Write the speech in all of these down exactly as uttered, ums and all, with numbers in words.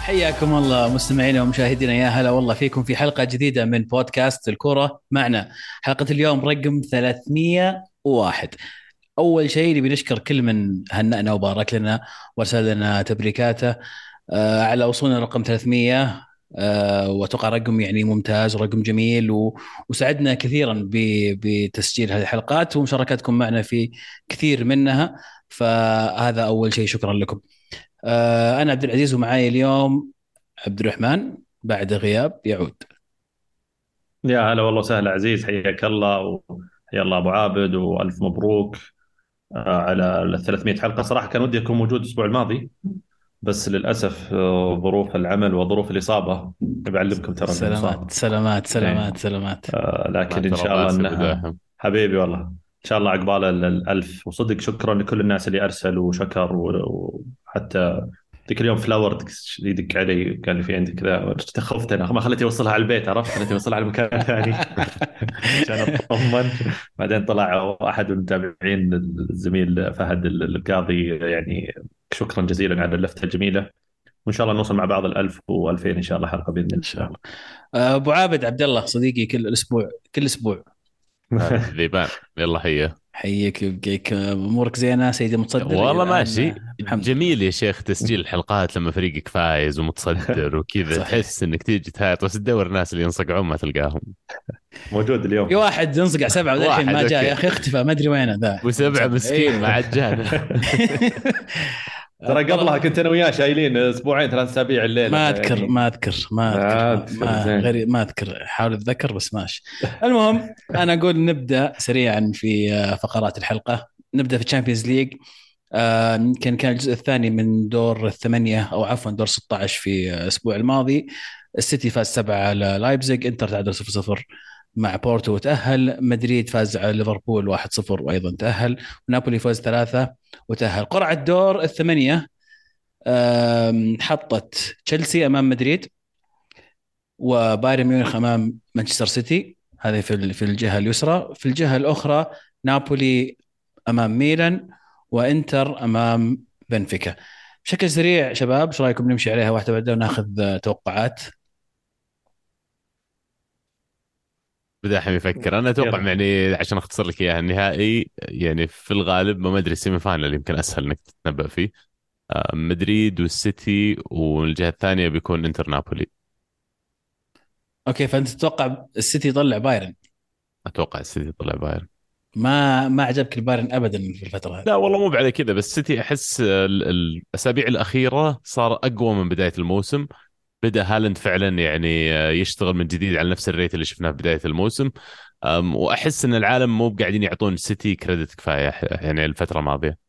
حياكم الله مستمعينا ومشاهدينا، يا هلا والله فيكم في حلقة جديدة من بودكاست الكرة معنا. حلقة اليوم رقم ثلاثمية وواحد. أول شيء نبي نشكر كل من هنأنا وبارك لنا وارسل لنا تبريكاته آه على وصولنا رقم ثلاثمية. آه وأتوقع رقم يعني ممتاز ورقم جميل و... وسعدنا كثيرا ب... بتسجيل هذه الحلقات ومشاركتكم معنا في كثير منها. فهذا أول شيء، شكرا لكم. آه أنا عبد العزيز ومعاي اليوم عبد الرحمن بعد غياب يعود. يا هلا والله سهلا عزيز، حياك الله وحيا الله ابو عابد والف مبروك. آه، على ال ثلاثمية حلقه. صراحه كان ودي اكون موجود الاسبوع الماضي، بس للاسف آه، ظروف العمل وظروف الاصابه. بعلمكم ترى اني سلامات مصاب. سلامات ايه. سلامات سلامات. آه، ما لكن ان ترى شاء الله باسل انها بداهم. حبيبي والله. ان شاء الله عقبال ال- الالف. وصدق شكرا لكل الناس اللي ارسلوا وشكر و- وحتى ذيك اليوم فلاور يدق علي قال لي في عندك كذا، خفت انا ما خليتي اوصلها على البيت، عرفت، خليتي اوصلها على مكان ثاني عشان اطمن. بعدين طلع احد المتابعين الزميل فهد القاضي، يعني شكرا جزيلا على اللفته الجميله. وان شاء الله نوصل مع بعض الألف والفين ان شاء الله حلقه ان باذن شاء الله. الله. آه، ابو عابد عبد الله صديقي كل اسبوع كل اسبوع. هذا الذيبان. يلا هي. حيك يبقيك. آه، امورك زينه سيدي متصدر والله الان. ماشي. آه، الحمد لله. جميل يا شيخ تسجيل الحلقات لما فريقك فايز ومتصدر وكذا، صحيح. تحس انك تيجي تهايط بس تدور الناس اللي ينصقعون ما تلقاهم. موجود في اليوم. واحد انصقع سبعه وللحين واحد ما جاء، يا اوكي. اخي اختفى ما ادري وينه ذا وسبعة المتصدر. مسكين ما ايوه. عاد جانا. ترى قبلها الطرف. كنت انا وياه شايلين اسبوعين ثلاث اسابيع الليله ما اذكر فيعني. ما اذكر ما اذكر ما ما, اذكر ما زين. غريب ما اذكر، حاول اتذكر بس ماشي. المهم انا اقول نبدا سريعا في آه، فقرات الحلقه. نبدا في الشامبيونز ليج. آه، يمكن كان الجزء الثاني من دور الثمانيه او عفوا دور ستة عشر في آه، الاسبوع الماضي. السيتي فاز سبعة على لايبزيج، انتر تعادل صفر صفر مع بورتو وتأهل، مدريد فاز على ليفربول واحد صفر وايضا تأهل، ونابولي فاز ثلاثة وتأهل. قرعة دور الثمانية آم، حطت تشيلسي امام مدريد، وبايرن ميونخ امام مانشستر سيتي، هذه في ال- في الجهه اليسرى. في الجهه الاخرى نابولي امام ميلان، وانتر امام بنفيكا. بشكل سريع شباب، ايش رايكم نمشي عليها واحده واحده وناخذ آه، توقعات؟ بدأ الحين يفكر. انا اتوقع يلا. يعني عشان اختصر لك اياها، النهائي يعني في الغالب ما ادري، السيمي فاينل يمكن اسهل انك تتنبأ فيه. آه، مدريد والسيتي، والجهة الثانية بيكون انتر نابولي. اوكي، فانت تتوقع السيتي يطلع بايرن؟ اتوقع السيتي طلع بايرن. ما ما عجبك البايرن ابدا في الفتره هذه؟ لا والله مو بعد كذا، بس السيتي احس ال- ال- الاسابيع الاخيره صار اقوى من بدايه الموسم. بدا هالاند فعلا يعني آه، يشتغل من جديد على نفس الريت اللي شفناه في بدايه الموسم. أم، واحس ان العالم مو قاعدين يعطون السيتي كريدت كفايه يعني الفتره الماضيه.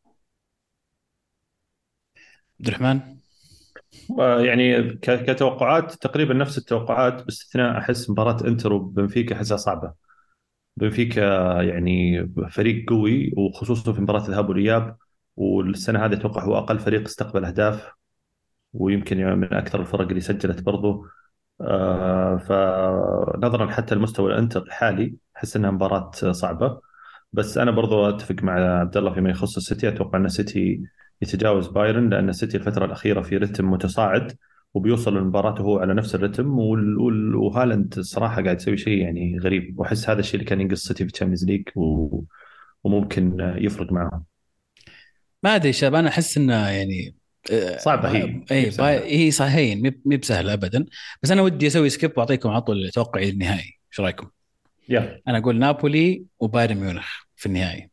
عبد الرحمن. آه، يعني ك- كتوقعات تقريبا نفس التوقعات، باستثناء احس مباراه انتر وبنفيكا احسها صعبه. بنفيكا يعني فريق قوي، وخصوصا في مباراه الذهاب والاياب. والسنه هذه اتوقع هو اقل فريق استقبل اهداف، ويمكن يعني من اكثر الفرق اللي سجلت برضو. آه، فنظرا حتى لمستوى الانتر الحالي احس انها مباراه صعبه. بس انا برضو اتفق مع عبد الله فيما يخص السيتي. اتوقع ان السيتي يتجاوز بايرن، لان السيتي الفتره الاخيره في رتم متصاعد، وبيوصل المباراه وهو على نفس الرتم. وال- وال- وهالاند الصراحه قاعد يسوي شيء يعني غريب، واحس هذا الشيء اللي كان ينقص السيتي في الشامبيونز ليج و... وممكن يفرق معهم. ما ادري شباب، انا احس انه يعني آه، صعبه هي، با- مي اي با- بسهله. هي صحيح مي مي بسهله ابدا. بس انا ودي اسوي سكيب واعطيكم على طول توقعي النهائي، ايش رايكم؟ يلا. انا اقول نابولي وبايرن ميونخ في النهائي.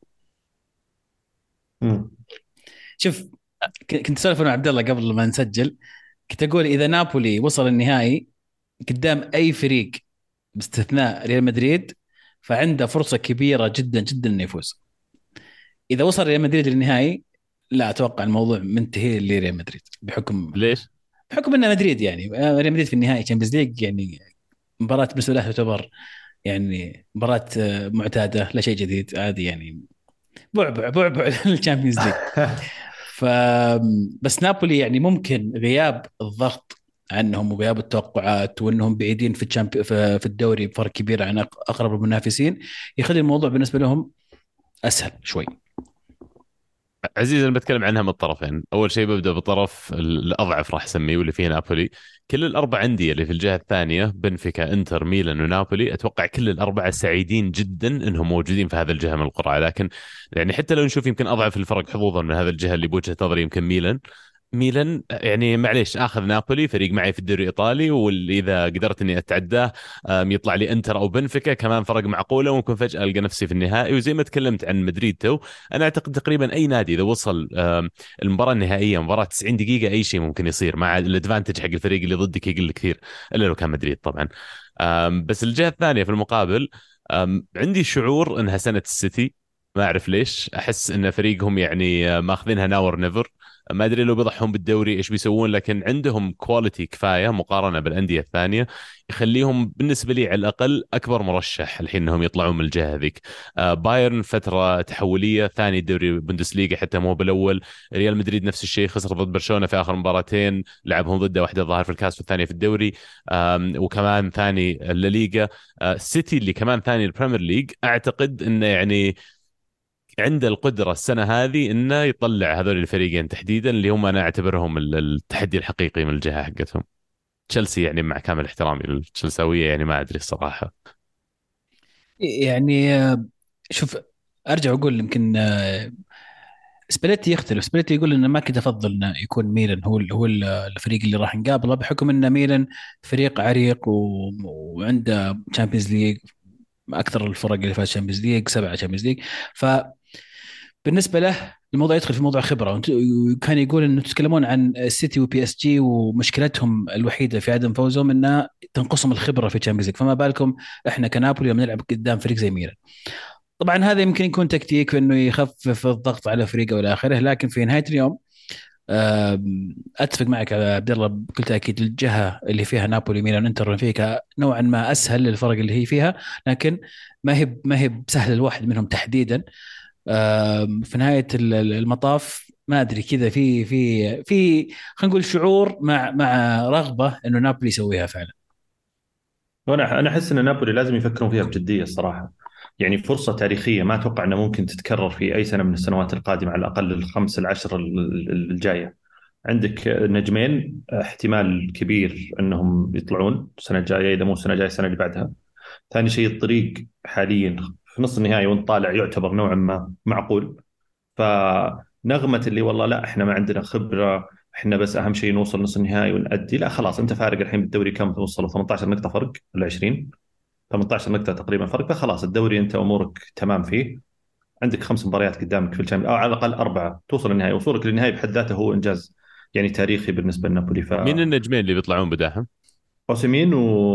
مم. شوف، ك- كنت اسولف انا وعبد الله قبل ما نسجل، كنت اقول اذا نابولي وصل النهائي قدام اي فريق باستثناء ريال مدريد فعنده فرصه كبيره جدا جدا انه يفوز. اذا وصل ريال مدريد للنهائي لا اتوقع الموضوع منتهي لريال مدريد، بحكم ليش؟ بحكم انه مدريد يعني آه، ريال مدريد في النهائي تشامبيونز ليج يعني مباراه بالنسبه له تعتبر يعني مباراه آه، معتاده، لا شيء جديد عادي يعني. بعبع بعبع للشامبيونز ليج. ف بس نابولي يعني ممكن غياب الضغط عنهم وغياب التوقعات وانهم بعيدين في الشامبي في في الدوري بفرق كبير عن أق- اقرب المنافسين، يخلي الموضوع بالنسبه لهم اسهل شوي. عزيز، انا بتكلم عنها من الطرفين. اول شيء ببدا بطرف الاضعف راح اسميه، واللي فيه نابولي. كل الاربع انديه اللي في الجهه الثانيه، بنفيكا، انتر، ميلان، ونابولي، اتوقع كل الاربعه سعيدين جدا انهم موجودين في هذا الجهه من القرعه. لكن يعني حتى لو نشوف يمكن اضعف الفرق حظوظا من هذا الجهه اللي بوجهه نظري يمكن ميلان. ميلان يعني معليش اخذ نابولي، فريق معي في الدوري الايطالي، واللي اذا قدرت اني اتعداه أم، يطلع لي انتر او بنفيكا كمان، فرق معقوله، وممكن فجاه القى نفسي في النهائي. وزي ما تكلمت عن مدريد تو، انا اعتقد تقريبا اي نادي اذا وصل أم، المباراه النهائيه، مباراه تسعين دقيقه، اي شيء ممكن يصير، مع الادفانتج حق الفريق اللي ضدك يقل كثير، الا لو كان مدريد طبعا. أم، بس الجهه الثانيه في المقابل، أم، عندي شعور انها سنه السيتي. ما اعرف ليش، احس ان فريقهم يعني آه، ماخذينها ناور نيفر. ما ادري لو بيضحون بالدوري ايش بيسوون، لكن عندهم كواليتي كفايه مقارنه بالانديه الثانيه، يخليهم بالنسبه لي على الاقل اكبر مرشح الحين انهم يطلعون من الجهه هذيك. آه، بايرن فتره تحوليه، ثاني الدوري بوندسليغا حتى مو بالاول. ريال مدريد نفس الشيء، خسر ضد برشلونه في اخر مباراتين لعبهم ضده، واحده ظاهر في الكاس والثانيه في الدوري. آم، وكمان ثاني الليغا. آه، السيتي اللي كمان ثاني البريمير ليج، اعتقد انه يعني عنده القدرة السنة هذه انه يطلع هذول الفريقين تحديدا، اللي هم انا اعتبرهم ال- التحدي الحقيقي من الجهة حقتهم. تشيلسي يعني مع كامل احترامي للتشيلساوية يعني ما ادري الصراحة. يعني آه، شوف، ارجع واقول يمكن آه، سباليتي يختلف. سباليتي يقول انه ما كنت افضل انه يكون ميلان هو ال- هو ال- الفريق اللي راح نقابله، بحكم ان ميلان فريق عريق و... وعنده تشامبيونز ليج، اكثر الفرق اللي فاز تشامبيونز ليج، سبعه تشامبيونز ليج. فبالنسبه له الموضوع يدخل في موضوع خبره. وانت- وكان يقول انه تتكلمون عن السيتي وبي اس جي، ومشكلتهم الوحيده في عدم فوزهم انه تنقصهم الخبره في تشامبيونز ليج، فما بالكم احنا كنابولي لما نلعب قدام فريق زي ميلان. طبعا هذا يمكن يكون تكتيك في انه يخفف الضغط على فريقه والى اخره، لكن في نهايه اليوم آم، اتفق معك يا عبد الله بكل تاكيد. الجهه اللي فيها نابولي، ميلان، انتر، بنفيكا نوعا ما اسهل للفرق اللي هي فيها، لكن ما هي ما هي بسهل الواحد منهم تحديدا. آم، في نهايه ال- ال- المطاف ما ادري كذا، في في في خلينا نقول شعور مع مع رغبه انه نابولي يسويها فعلا. وانا انا احس ان نابولي لازم يفكرون فيها بجديه الصراحه. يعني فرصه تاريخيه ما اتوقع انها ممكن تتكرر في اي سنه من السنوات القادمه، على الاقل الخمس العشر ال- ال- الجايه. عندك نجمين احتمال كبير انهم يطلعون السنه الجايه، اذا مو السنه الجايه السنه اللي بعدها. ثاني شيء الطريق حاليا في نص النهائي وانت طالع يعتبر نوعا ما معقول. فنغمة اللي والله لا احنا ما عندنا خبرة، احنا بس اهم شيء نوصل نص النهائي ونأدي، لا خلاص انت فارق الحين بالدوري كم توصل؟ ثمانية عشر نقطة فرق ولا عشرين؟ ثمانية عشر نقطة تقريبا فرق، فخلاص الدوري انت امورك تمام فيه. عندك خمس مباريات قدامك في الشامبيون، او على الاقل اربعة توصل النهائي. وصولك للنهائي بحد ذاته هو انجاز يعني تاريخي بالنسبة لنابولي. ف مين النجمين اللي بيطلعون بداهم؟ اوسيمين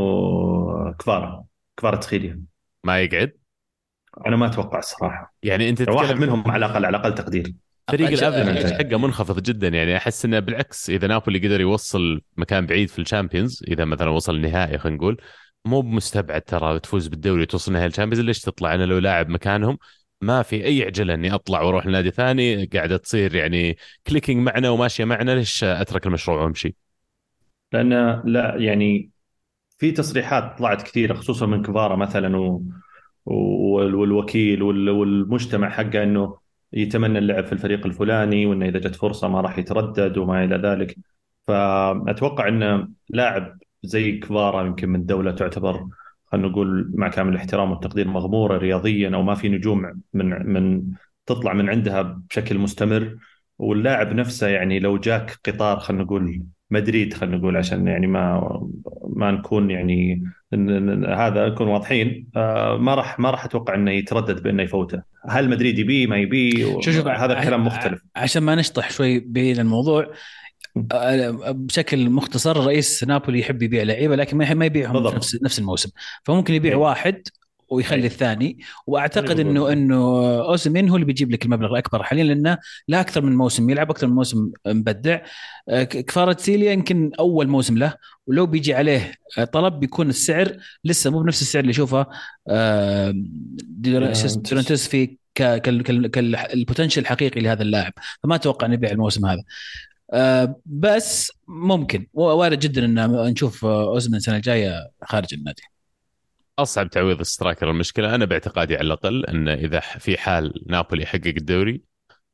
وكفارا، كفارا تخيليا. ما يقعد. انا ما اتوقع الصراحة، يعني انت واحد تتكلم منهم على الاقل، على الاقل تقدير. فريق أج- الافرج أنا- حقه منخفض جدا. يعني احس انه بالعكس، اذا نابولي قدر يوصل مكان بعيد في الشامبيونز، اذا مثلا وصل النهائي خلينا نقول، مو بمستبعد ترى تفوز بالدوري وتوصل نهائي الشامبيونز. ليش تطلع؟ انا لو لاعب مكانهم ما في اي عجله اني اطلع واروح لنادي ثاني، قاعده تصير يعني كليكينج معنا وماشيه معنا، ليش اترك المشروع وامشي؟ لان لا يعني في تصريحات طلعت كثيره خصوصا من كفارا مثلا و... وال- والوكيل وال- والمجتمع حقه، انه يتمنى اللعب في الفريق الفلاني، وانه اذا جت فرصه ما راح يتردد وما الى ذلك. فاتوقع ان لاعب زي كفارا يمكن من دوله تعتبر، خلينا نقول مع كامل الاحترام والتقدير، مغموره رياضيا، او ما في نجوم من من تطلع من عندها بشكل مستمر. واللاعب نفسه يعني لو جاك قطار خلينا نقول مدريد، خلينا نقول عشان يعني ما ما نكون يعني إن- إن- هذا نكون واضحين، آه، ما راح ما راح اتوقع انه يتردد بانه يفوته. هل مدريد يبيه ما يبيه؟ شوف شوف هذا ع- الكلام ع- مختلف. عشان ما نشطح شوي بعيد عن الموضوع، آه، بشكل مختصر، رئيس نابولي يحب يبيع لعيبه، لكن ما ما يبيعهم في بالضبط. نفس نفس الموسم. فممكن يبيع اي واحد ويخلي اي الثاني. انا واعتقد بقول انه كذا. انه اوزمين هو اللي بيجيب لك المبلغ الاكبر حاليا، لانه لا اكثر من موسم يلعب، اكثر من موسم مبدع. آه، ك- كفاراتسيليا يمكن اول موسم له، ولو بيجي عليه آه، طلب بيكون السعر لسه مو بنفس السعر اللي يشوفه آه، ديور- شو اسمه، يوفنتوس. دورانتس في كالبوتنشل الحقيقي لهذا اللاعب. فما اتوقع انه يبيع الموسم هذا. آه، بس ممكن وارد جدا ان نشوف آه، اوزمن السنه الجايه خارج النادي. اصعب تعويض السترايكر. المشكله انا باعتقادي على الاقل، ان اذا في حال نابولي حقق الدوري،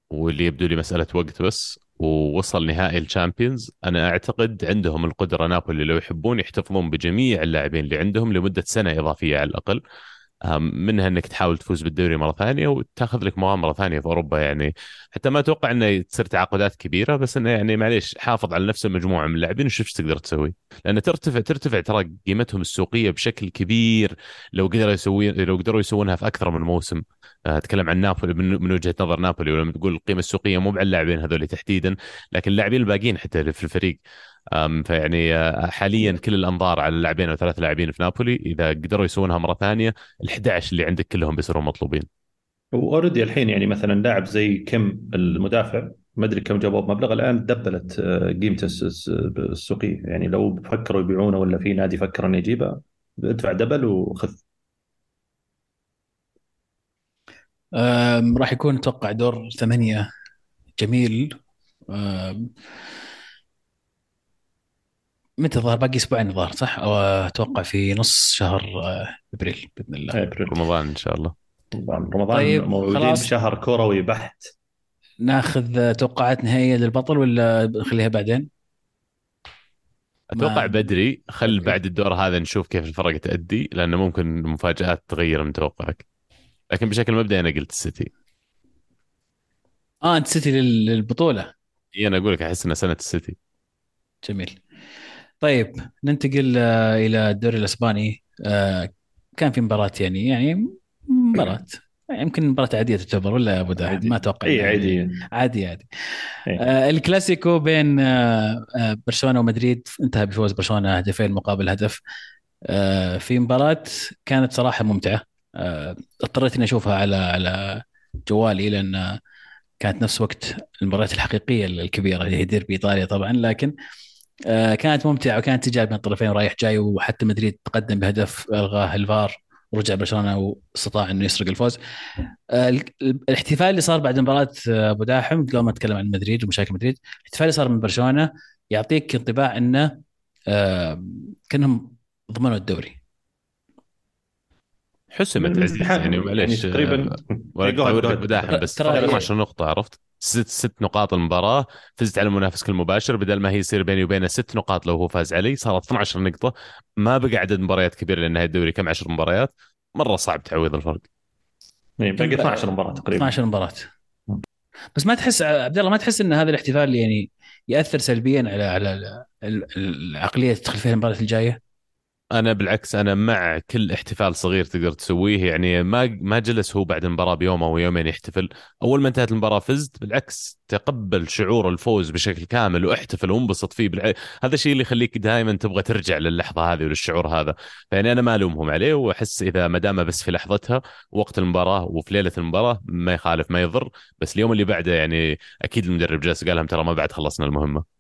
واللي يبدو لي مسألة وقت بس، ووصل نهائي الشامبيونز. أنا أعتقد عندهم القدرة نابولي لو يحبون يحتفظون بجميع اللاعبين اللي عندهم لمدة سنة إضافية على الأقل. أهم منها انك تحاول تفوز بالدوري مره ثانيه وتاخذ لك مغامره ثانيه في اوروبا يعني. حتى ما اتوقع انه تصير تعاقدات كبيره، بس انه يعني معليش حافظ على نفس المجموعه من اللاعبين وشوف ايش تقدر تسوي، لان ترتفع ترتفع ترى قيمتهم السوقيه بشكل كبير لو قدروا يسوي لو قدروا يسوونها في اكثر من موسم. آه، اتكلم عن نابولي من من وجهه نظر نابولي، ولما تقول القيمه السوقيه مو على اللاعبين هذول تحديدا، لكن اللاعبين الباقيين حتى اللي في الفريق. أم، فيعني آه، حاليا كل الانظار على اللاعبين او ثلاث لاعبين في نابولي، اذا قدروا يسوونها مره ثانيه ال احد عشر اللي عندك كلهم بيصيروا مطلوبين. واوريدي الحين يعني مثلا لاعب زي كيم المدافع، ما ادري كم جابوه بمبلغ الان دبلت آه، قيمته الس- الس- السوقيه. يعني لو فكروا يبيعونه ولا في نادي فكر انه يجيبه، ادفع دبل وخذ. أم، راح يكون اتوقع دور ثمانية جميل. أم، متى ظهر؟ باقي اسبوعين ظهر صح؟ او اتوقع في نص شهر آه، ابريل باذن الله. ابريل. رمضان ان شاء الله. طبعاً رمضان طيب موعودين خلاص، بشهر كروي بحت. ناخذ آه، توقعات نهائيه للبطل ولا نخليها بعدين؟ اتوقع ما بدري، خل بدري. بعد الدور هذا نشوف كيف الفرق تأدي، لانه ممكن المفاجآت تغير من توقعك. لكن بشكل مبدئي انا قلت السيتي. اه انت سيتي لل- للبطوله. اي انا اقول لك احس انها سنه السيتي. جميل. طيب ننتقل آه، الى الدوري الاسباني. آه، كان في مباراه يعني يعني مباراه يمكن مباراة عادية تعتبر ولا يا ابو داحم؟ ما عادي، اتوقع اي انها يعني عادي. عادي عادي. اي آه، الكلاسيكو بين آه، آه، برشلونة ومدريد انتهى بفوز برشلونة هدفين مقابل هدف. آه، في مباراة كانت صراحة ممتعة. آه، اضطريت اني اشوفها على على جوالي لان كانت نفس وقت المباريات الحقيقية الكبيرة اللي هي ديربي ايطاليا طبعا، لكن آه، كانت ممتعة وكانت تجارب من الطرفين رايح جاي، وحتى مدريد تقدم بهدف الغاه الفار ورجع برشلونة واستطاع انه يسرق الفوز. آه، ال- ال- الاحتفال اللي صار بعد مباراة آه، ابو داحم قبل ما اتكلم عن مدريد ومشاكل مدريد، الاحتفال اللي صار من برشلونة يعطيك انطباع انه آه، كانهم ضمنوا الدوري. من حسمت من عزيز يعني حق يعني معليش. تقريبا. آه، ولا اي جو اقطع هيد جو ودك هيد بداحم، ترى بس فرق ترى- اثنا عشر نقطه، عرفت؟ ست ست نقاط المباراه. فزت على المنافس كل مباشر، بدل ما هي يصير بيني وبينه ست نقاط لو هو فاز علي صارت اثنا عشر نقطه. ما بقى عدد مباريات كبير لان هاي الدوري كم عشر مباريات، مره صعب تعويض الفرق. إيه، باقي كم اثنا عشر مباراة تقريبا. اثنا عشر مباراة. بس ما تحس عبد الله، ما تحس ان هذا الاحتفال يعني ياثر سلبيا على على ال- ال- العقليه اللي تدخل فيها المباراه الجايه؟ انا بالعكس، انا مع كل احتفال صغير تقدر تسويه. يعني ما ما جلس هو بعد المباراه بيوم او يومين يحتفل. اول ما انتهت المباراه فزت، بالعكس تقبل شعور الفوز بشكل كامل واحتفل وانبسط فيه. بالع... هذا الشيء اللي يخليك دائما تبغى ترجع للحظه هذه وللشعور هذا. فيعني انا ما الومهم عليه، واحس اذا ما دام بس في لحظتها وقت المباراه وفي ليله المباراه ما يخالف ما يضر. بس اليوم اللي بعده يعني اكيد المدرب جلس قال لهم ترى ما بعد خلصنا المهمه.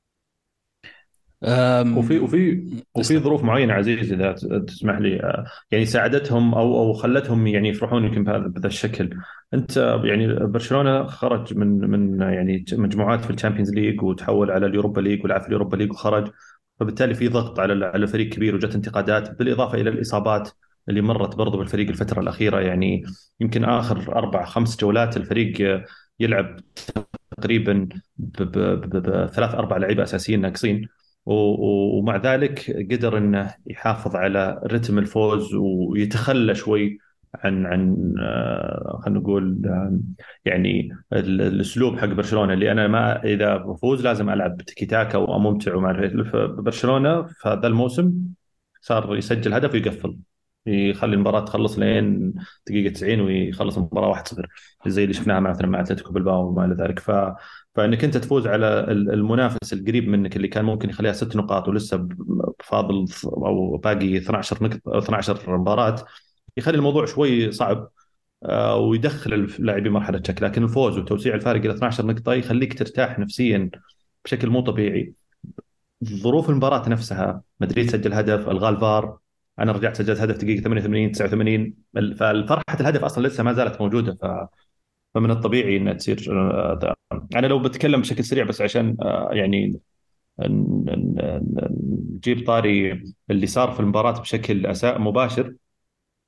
وفي وفي وفي تسلم. ظروف معينه عزيز اذا ت- تسمح لي، آه، يعني ساعدتهم او او خلتهم يعني يفرحون يمكن بهذا بهذا الشكل. انت يعني برشلونه خرج من من يعني مجموعات في الشامبيونز ليج وتحول على اليوروبا ليج ولعب في اليوروبا ليج وخرج. فبالتالي في ضغط على على فريق كبير وجت انتقادات بالاضافه الى الاصابات اللي مرت برضو بالفريق الفتره الاخيره. يعني يمكن اخر اربع خمس جولات الفريق آه، يلعب تقريبا ب- ب- ب- بثلاث اربع لعيبه اساسيين ناقصين. و- و- ومع ذلك قدر انه يحافظ على رتم الفوز ويتخلى شوي عن عن آه، خلينا نقول آه، يعني ال- الاسلوب حق برشلونه اللي انا ما اذا بفوز لازم العب تيكي تاكا وممتع وما اعرف إيه. برشلونه في هذا الموسم صار يسجل هدف ويقفل، يخلي المباراه تخلص لين دقيقه تسعين ويخلص المباراه واحد صفر، زي اللي شفناها مثلا مع اتلتيكو بالباو وما الى ذلك. ف فانك انت تفوز على ال- المنافس القريب منك اللي كان ممكن يخليها ست نقاط ولسه ب- فاضل او باقي اثنا عشر نقطه او اثنا عشر مباراه، يخلي الموضوع شوي صعب. آه، ويدخل اللاعبين مرحله شك. لكن الفوز وتوسيع الفارق الى اثنا عشر نقطه يخليك ترتاح نفسيا بشكل مو طبيعي. ظروف المباراه نفسها، مدريد سجل هدف، الغى الفار، انا رجعت سجلت هدف دقيقه ثمانية وثمانين تسعة وثمانين، فالفرحه الهدف اصلا لسه ما زالت موجوده. ف فمن الطبيعي انها تصير. آه، ده. انا لو بتكلم بشكل سريع بس عشان آه، يعني ن- ن- ن- نجيب طاري اللي صار في المباراه بشكل أساء مباشر.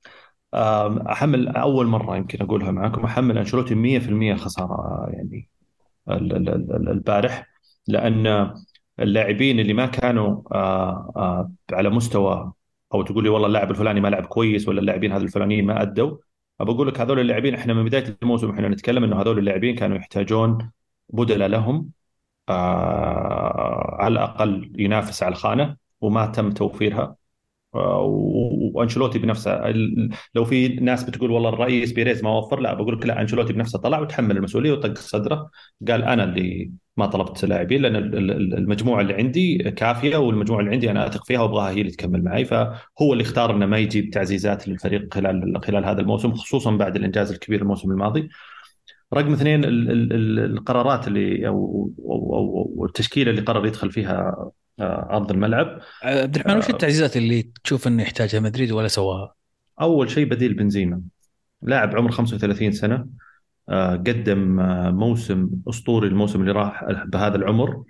احمل اول مره يمكن اقولها معاكم، احمل انشيلوتي مية في المية خساره يعني ال- ال- ال- البارح، لان اللاعبين اللي ما كانوا آه، آه، على مستوى، او تقول لي والله اللاعب الفلاني ما لعب كويس ولا اللاعبين هذول الفلانيين ما ادوا. ابى اقول لك هذول اللاعبين احنا من بدايه الموسم احنا نتكلم انه هذول اللاعبين كانوا يحتاجون بدلاء لهم، آه، على الاقل ينافس على الخانه، وما تم توفيرها. و- وانشيلوتي بنفسه ال- لو في ناس بتقول والله الرئيس بيريز ما وفر، لا بقول لك لا، انشيلوتي بنفسه طلع وتحمل المسؤوليه وطق صدره، قال انا اللي ما طلبت لاعبين لان ال- ال- المجموعه اللي عندي كافيه، والمجموعه اللي عندي انا اثق فيها وابغاها هي اللي تكمل معي. فهو اللي اختار انه ما يجيب تعزيزات للفريق خلال خلال هذا الموسم، خصوصا بعد الانجاز الكبير الموسم الماضي. رقم اثنين، ال- ال- ال- القرارات اللي او او او أو التشكيله اللي قرر يدخل فيها آه، ارض الملعب. عبد الرحمن، وش التعزيزات اللي تشوف انه يحتاجها مدريد ولا سواها؟ اول شيء بديل بنزيما، لاعب عمره خمسة وثلاثين سنة، آه، قدم آه، موسم أسطوري الموسم اللي راح بهذا العمر.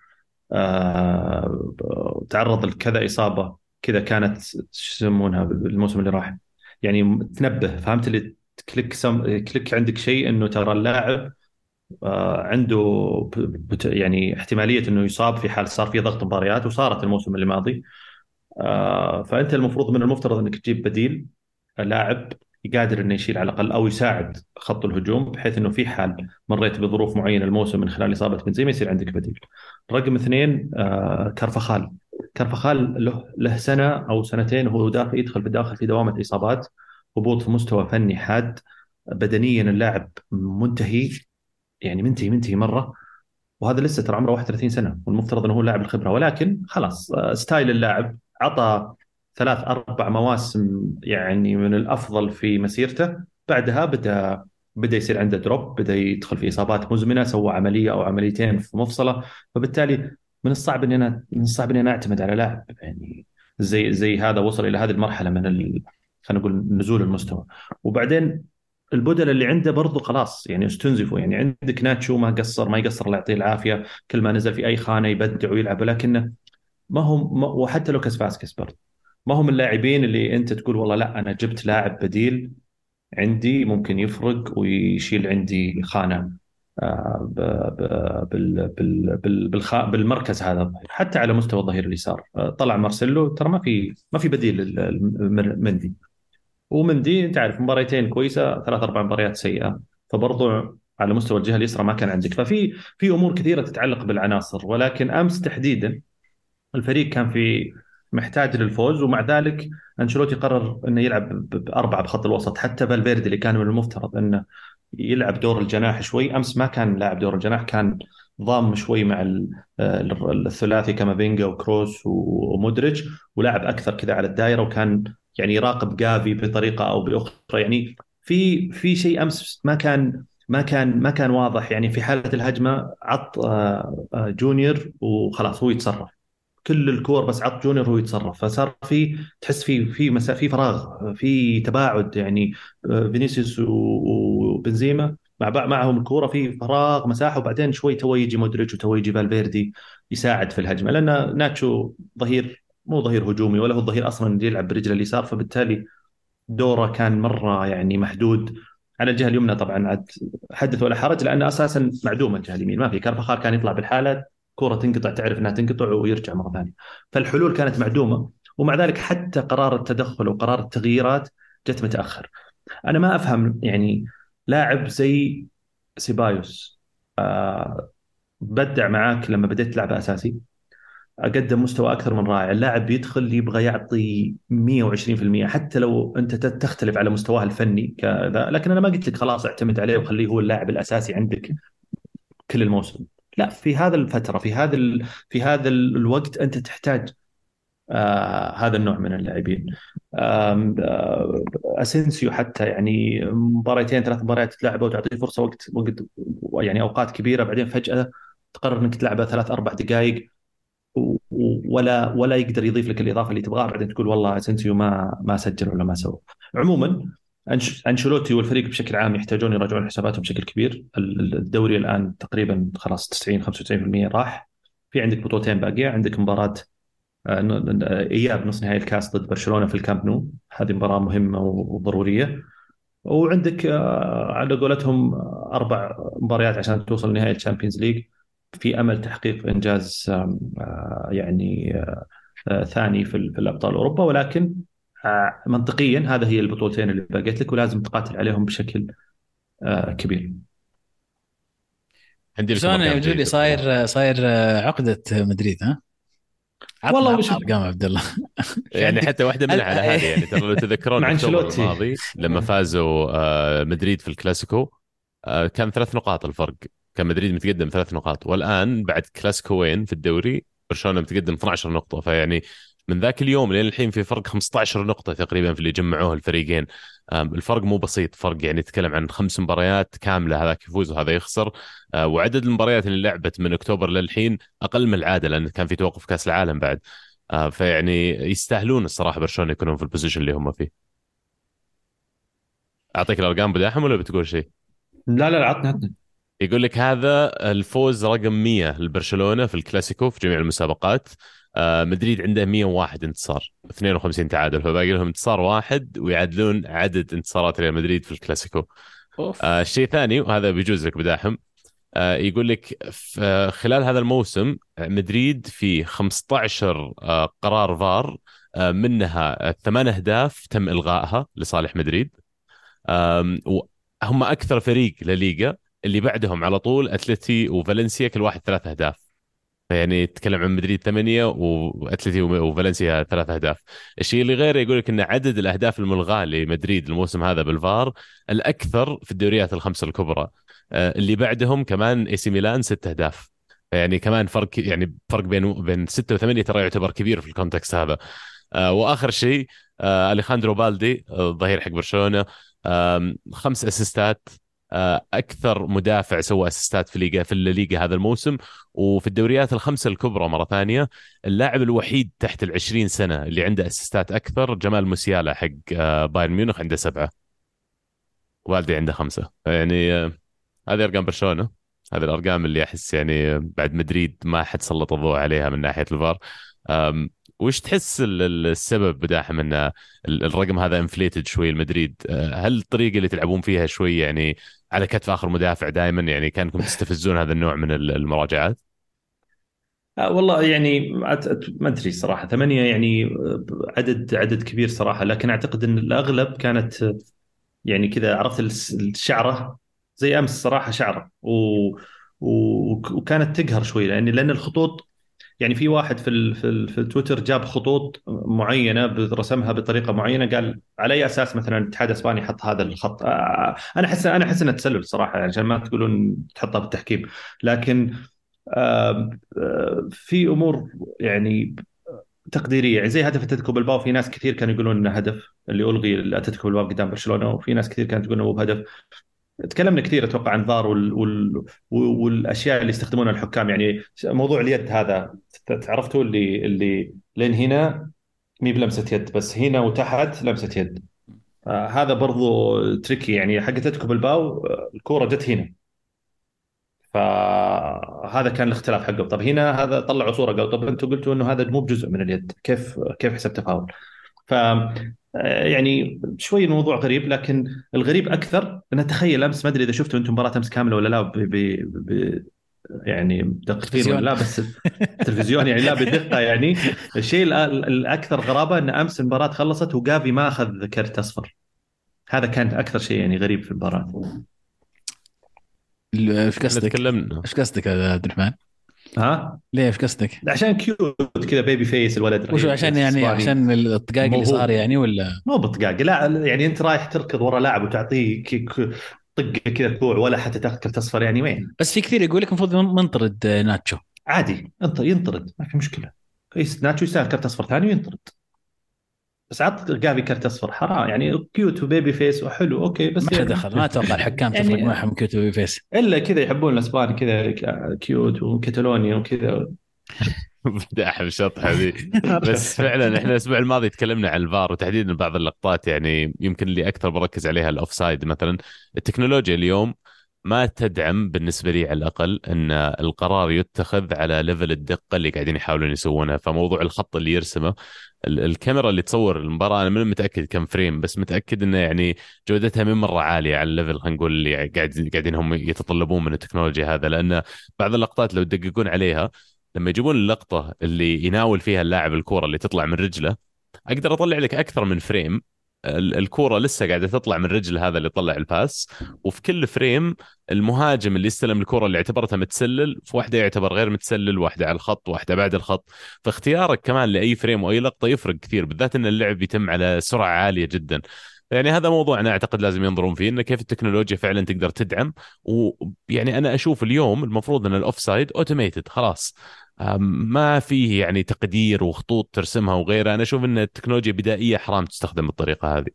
آه، تعرض لكذا إصابة كذا كانت، شو يسمونها الموسم اللي راح، يعني تنبه، فهمت اللي كليك سم كليك عندك شيء انه ترى اللاعب آه، عنده بت- يعني احتمالية انه يصاب في حال صار في ضغط مباريات، وصارت الموسم اللي ماضي. آه، فانت المفروض من المفترض انك تجيب بديل، لاعب قادر انه يشيل على الاقل او يساعد خط الهجوم، بحيث انه في حال مريت بظروف معينه الموسم من خلال اصابه بنزيما يصير عندك بديل. رقم اثنين، آه كارفخال. كارفخال له له سنه او سنتين وهو داخل يدخل بالداخل في دوامه اصابات، هبوط في مستوى فني حاد، بدنيا اللاعب منتهي، يعني منتهي منتهي مره. وهذا لسه ترى عمره واحد وثلاثين سنه، والمفترض انه هو لاعب الخبره، ولكن خلاص آه، ستايل اللاعب عطى ثلاث اربع مواسم يعني من الافضل في مسيرته، بعدها بدا بدا يصير عنده دروب، بدا يدخل في اصابات مزمنه، سوى عمليه او عمليتين في مفصله. فبالتالي من الصعب اني انا من الصعب اني انا اعتمد على لاعب يعني زي زي هذا وصل الى هذه المرحله من ال... خلينا نقول نزول المستوى. وبعدين البدل اللي عنده برضو خلاص يعني استنزفوا، يعني عندك ناتشو ما قصر ما يقصر، الله يعطيه العافيه، كل ما نزل في اي خانه يبدع ويلعب، ولكنه ما هم ما وحتى لوكاس فاسكس برضو ما هم اللاعبين اللي انت تقول والله لا انا جبت لاعب بديل عندي ممكن يفرق ويشيل عندي خانه آه، ب- ب- بال- بال- بال- بالخ- بالمركز هذا. حتى على مستوى الظهير اليسار آه، طلع مارسيلو، ترى ما في ما في بديل للمندي، ومندي انت عارف مباريتين كويسه، ثلاث اربع مباريات سيئه، فبرضو على مستوى الجهه اليسرى ما كان عندك. ففي في امور كثيره تتعلق بالعناصر، ولكن امس تحديدا الفريق كان في محتاج للفوز، ومع ذلك انشيلوتي قرر انه يلعب ب- باربعه بخط الوسط. حتى فالفيردي اللي كان من المفترض انه يلعب دور الجناح شوي، امس ما كان لاعب دور الجناح، كان ضام شوي مع ال- الثلاثي كامافينجا وكروس ومودريتش، ولعب اكثر كذا على الدائره، وكان يعني يراقب جافي بطريقه او باخرى. يعني في في شيء امس ما كان ما كان ما كان واضح، يعني في حاله الهجمه عط آه، آه، جونيور وخلاص هو يتصرف كل الكور، بس عط جونيور هو يتصرف، فصار في تحس في في مسا في فراغ، في تباعد يعني. آه، فينيسيوس و- وبنزيما مع بعض معهم الكوره في فراغ مساحه، وبعدين شوي تو يجي مودريتش وتو يجي فالفيردي يساعد في الهجمه، لان ناتشو ظهير مو ظهير هجومي، ولا هو الظهير اصلا اللي يلعب برجله اليسار، فبالتالي دوره كان مره يعني محدود. على الجهه اليمنى طبعا عاد حدث ولا حرج، لان اساسا معدومه الجهه اليمين، ما في كارفخال كان يطلع بالحاله كره تنقطع تعرف انها تنقطع ويرجع مره ثانيه، فالحلول كانت معدومه. ومع ذلك حتى قرار التدخل وقرار التغييرات جت متاخر. انا ما افهم يعني لاعب زي سيبايوس آه بدع معاك لما بديت تلعب اساسي، قدم مستوى اكثر من رائع، اللاعب بيدخل يبغى يعطي مية وعشرين بالمية حتى لو انت تختلف على مستواه الفني كذا، لكن انا ما قلت لك خلاص اعتمد عليه وخليه هو اللاعب الاساسي عندك كل الموسم. لا، في هذا الفتره في هذا ال... في هذا ال- الوقت انت تحتاج آه هذا النوع من اللاعبين. آم، آه اسينسيو حتى يعني مباريتين ثلاث مباريات تلعبه وتعطيه فرصه وقت وقت يعني اوقات كبيره، بعدين فجاه تقرر انك تلعبه ثلاث اربع دقائق و- ولا ولا يقدر يضيف لك الاضافه اللي تبغاها، بعدين تقول والله اسنسيو ما ما سجل ولا ما سوى. عموما أنش- انشيلوتي والفريق بشكل عام يحتاجون يراجعون حساباتهم بشكل كبير. ال- الدوري الان تقريبا خلاص تسعين خمسة وتسعين بالمية راح، في عندك بطولتين باقيه، عندك مباراه اياب نص نهائي الكاس ضد برشلونه في الكامب نو، هذه مباراه مهمه وضروريه. وعندك على قولتهم اربع مباريات عشان توصل لنهائي الشامبيونز ليج، في امل تحقيق انجاز يعني ثاني في الابطال اوروبا، ولكن منطقيا هذا هي البطولتين اللي باقيت لك ولازم تقاتل عليهم بشكل كبير. عندي بس لكم انا ارقام يقول لي جيده صاير صاير عقده مدريد. ها عطنا والله عطنا وش ارقام عبد الله. يعني حتى واحده منها على هذه. يعني ترى لو تذكرون مع اكتوبر انشيلوتي الماضي لما فازوا آه، مدريد في الكلاسيكو، آه، كان ثلاث نقاط الفرق، كان مدريد متقدم ثلاث نقاط. والان بعد كلاسيكوين في الدوري برشلونه متقدم اثنا عشر نقطه. فيعني من ذاك اليوم لين الحين في فرق خمسة عشر نقطه تقريبا في اللي جمعوه الفريقين. آم، الفرق مو بسيط، فرق يعني تتكلم عن خمس مباريات كامله، هذاك يفوز وهذا يخسر. آه، وعدد المباريات اللي لعبت من اكتوبر للحين اقل من العاده، لان كان في توقف كاس العالم بعد. آه، فيعني يستاهلون الصراحه برشلونه يكونون في البوزيشن اللي هم فيه. اعطيك الارقام بداحم ولا بتقول شيء؟ لا لا عطنا عطنا. يقول لك هذا الفوز رقم مية لبرشلونه في الكلاسيكو في جميع المسابقات. آه، مدريد عنده مية وواحد انتصار، اثنين وخمسين تعادل، فباقي لهم انتصار واحد ويعادلون عدد انتصارات ريال مدريد في الكلاسيكو. أوف. آه، الشيء الثاني وهذا بيجوز لك بداحم، آه، يقول لك في خلال هذا الموسم مدريد في خمسة عشر آه، قرار فار، آه، منها ثمان اهداف تم الغائها لصالح مدريد. آم، وهم اكثر فريق لليغا، اللي بعدهم على طول اتلتي وفالنسيا كل واحد ثلاث اهداف. يعني تتكلم عن مدريد ثمانية واتلتي وفالنسيا ثلاث اهداف. الشيء اللي غير يقول لك ان عدد الاهداف الملغاه لمدريد الموسم هذا بالفار الاكثر في الدوريات الخمسه الكبرى. آه، اللي بعدهم كمان اي سي ميلان ست اهداف. يعني كمان فرق، يعني فرق بين بين ستة وثمانية ترى يعتبر كبير في الكونتكست هذا. آه، واخر شيء آه، اليخاندرو بالدي آه، الظهير حق برشلونه، آم، خمس اسيستات، آه، اكثر مدافع سوى اسيستات في الليغا في الليغا هذا الموسم. وفي الدوريات الخمسه الكبرى مره ثانيه، اللاعب الوحيد تحت العشرين سنه اللي عنده اسيستات اكثر جمال موسيالا حق آه، بايرن ميونخ، عنده سبعه، والدي عنده خمسه. يعني آه، هذه ارقام برشلونه، هذه الارقام اللي احس يعني بعد مدريد ما حد سلط الضوء عليها من ناحيه الفار. أم، وش تحس ال- ال- السبب بداحم ان ال- الرقم هذا انفليتد شوي المدريد؟ أه، هل الطريقه اللي تلعبون فيها شوي يعني على كتف اخر مدافع دائما، يعني كانكم تستفزون هذا النوع من ال- المراجعات؟ آه والله يعني أت- أت- ما ادري صراحه، ثمانيه يعني آه، عدد عدد كبير صراحه، لكن اعتقد ان الاغلب كانت آه، يعني كذا عرفت الس- الشعره زي امس صراحه شعره و... و... وكانت تقهر شوي، لان لان الخطوط يعني في واحد في ال... في, ال... في التويتر جاب خطوط معينه رسمها بطريقه معينه، قال على اي اساس مثلا الاتحاد الاسباني حط هذا الخط. آه، انا احس انا احس انه تسلل صراحه، يعني عشان ما تقولون تحطها بالتحكيم. لكن آه، آه، في امور يعني تقديريه، يعني زي هدف اتلتيكو بالباو، في ناس كثير كانوا يقولون انه هدف اللي الغي الاتلتيكو بالباو قدام برشلونه، وفي ناس كثير كانت تقول انه مو بهدف. تكلمنا كثير اتوقع عن فار وال... وال... والاشياء اللي يستخدمونها الحكام، يعني موضوع اليد هذا عرفتوا اللي اللي لين هنا مي بلمسه يد، بس هنا وتحت لمسه يد. آه هذا برضو تريكي، يعني حق اتلتيكو بالباو آه، الكوره جت هنا، فهذا كان الاختلاف حقه. طب هنا هذا طلعوا صوره قالوا طب انتم قلتوا انه هذا مو بجزء من اليد، كيف كيف حسبته فاول؟ ف يعني شوي الموضوع غريب، لكن الغريب اكثر ان تخيل امس، ما ادري اذا شفتوا انتم مباراه امس كامله ولا لا، ب... ب... ب... يعني دقيقين ولا تلفزيون. لا، بس تلفزيون يعني لا بدقه. يعني الشيء الأ- الاكثر غرابه ان امس المباراه خلصت وجافي ما اخذ كرت اصفر. هذا كان اكثر شيء يعني غريب في المباراه. ايش احنا قصدك؟ تكلمنا. ايش قصدك يا عبد الرحمن؟ ها ليه ايش قصدك؟ عشان كيوت كذا، بيبي فيس الولد وشو رهيب عشان يعني اسباني. عشان الطقاق مو اللي صار هو يعني ولا؟ مو بطقاق، لا يعني انت رايح تركض ورا لاعب وتعطيه كي- ك- طقه كذا كوع ولا حتى تاخذ كرت اصفر، يعني وين؟ بس في كثير يقول لك المفروض منطرد ناتشو. عادي انطر ينطرد ما في مشكله. كويس ناتشو يستاهل كرت اصفر ثاني وينطرد، بس عط جافي كرت اصفر حرام، يعني كيوت وبيبي فيس وحلو اوكي، بس ما له يعني دخل، ما اتوقع الحكام تفرق يعني معهم كيوتو فيس. الا كذا يحبون الاسبان كذا كيوت وكتالوني وكذا. بداحم الشطحه ذي. بس فعلا احنا الاسبوع الماضي تكلمنا عن الفار وتحديدا بعض اللقطات، يعني يمكن اللي اكثر بركز عليها الاوف سايد مثلا. التكنولوجيا اليوم ما تدعم بالنسبة لي على الأقل أن القرار يتخذ على ليفل الدقة اللي قاعدين يحاولون يسوونها. فموضوع الخط اللي يرسمه ال- الكاميرا اللي تصور المباراة، أنا من متأكد كم فريم، بس متأكد أنه يعني جودتها من مرة عالية على الليفل، خلينا نقول اللي قاعد قاعدين هم يتطلبون من التكنولوجيا هذا. لأن بعض اللقطات لو تدققون عليها، لما يجيبون اللقطة اللي يناول فيها اللاعب الكورة اللي تطلع من رجله، اقدر اطلع لك اكثر من فريم. ال- الكوره لسه قاعده تطلع من رجل هذا اللي طلع الباس، وفي كل فريم المهاجم اللي استلم الكره اللي اعتبرتها متسلل، في واحده يعتبر غير متسلل، واحده على الخط، واحده بعد الخط. فاختيارك كمان لاي فريم واي لقطه يفرق كثير، بالذات ان اللعب يتم على سرعه عاليه جدا. يعني هذا موضوع انا اعتقد لازم ينظرون فيه، انه كيف التكنولوجيا فعلا تقدر تدعم. ويعني انا اشوف اليوم المفروض ان الاوف سايد اوتوميتد خلاص، ما فيه يعني تقدير وخطوط ترسمها وغيرها. انا اشوف ان التكنولوجيا بدائيه حرام تستخدم بالطريقه هذه.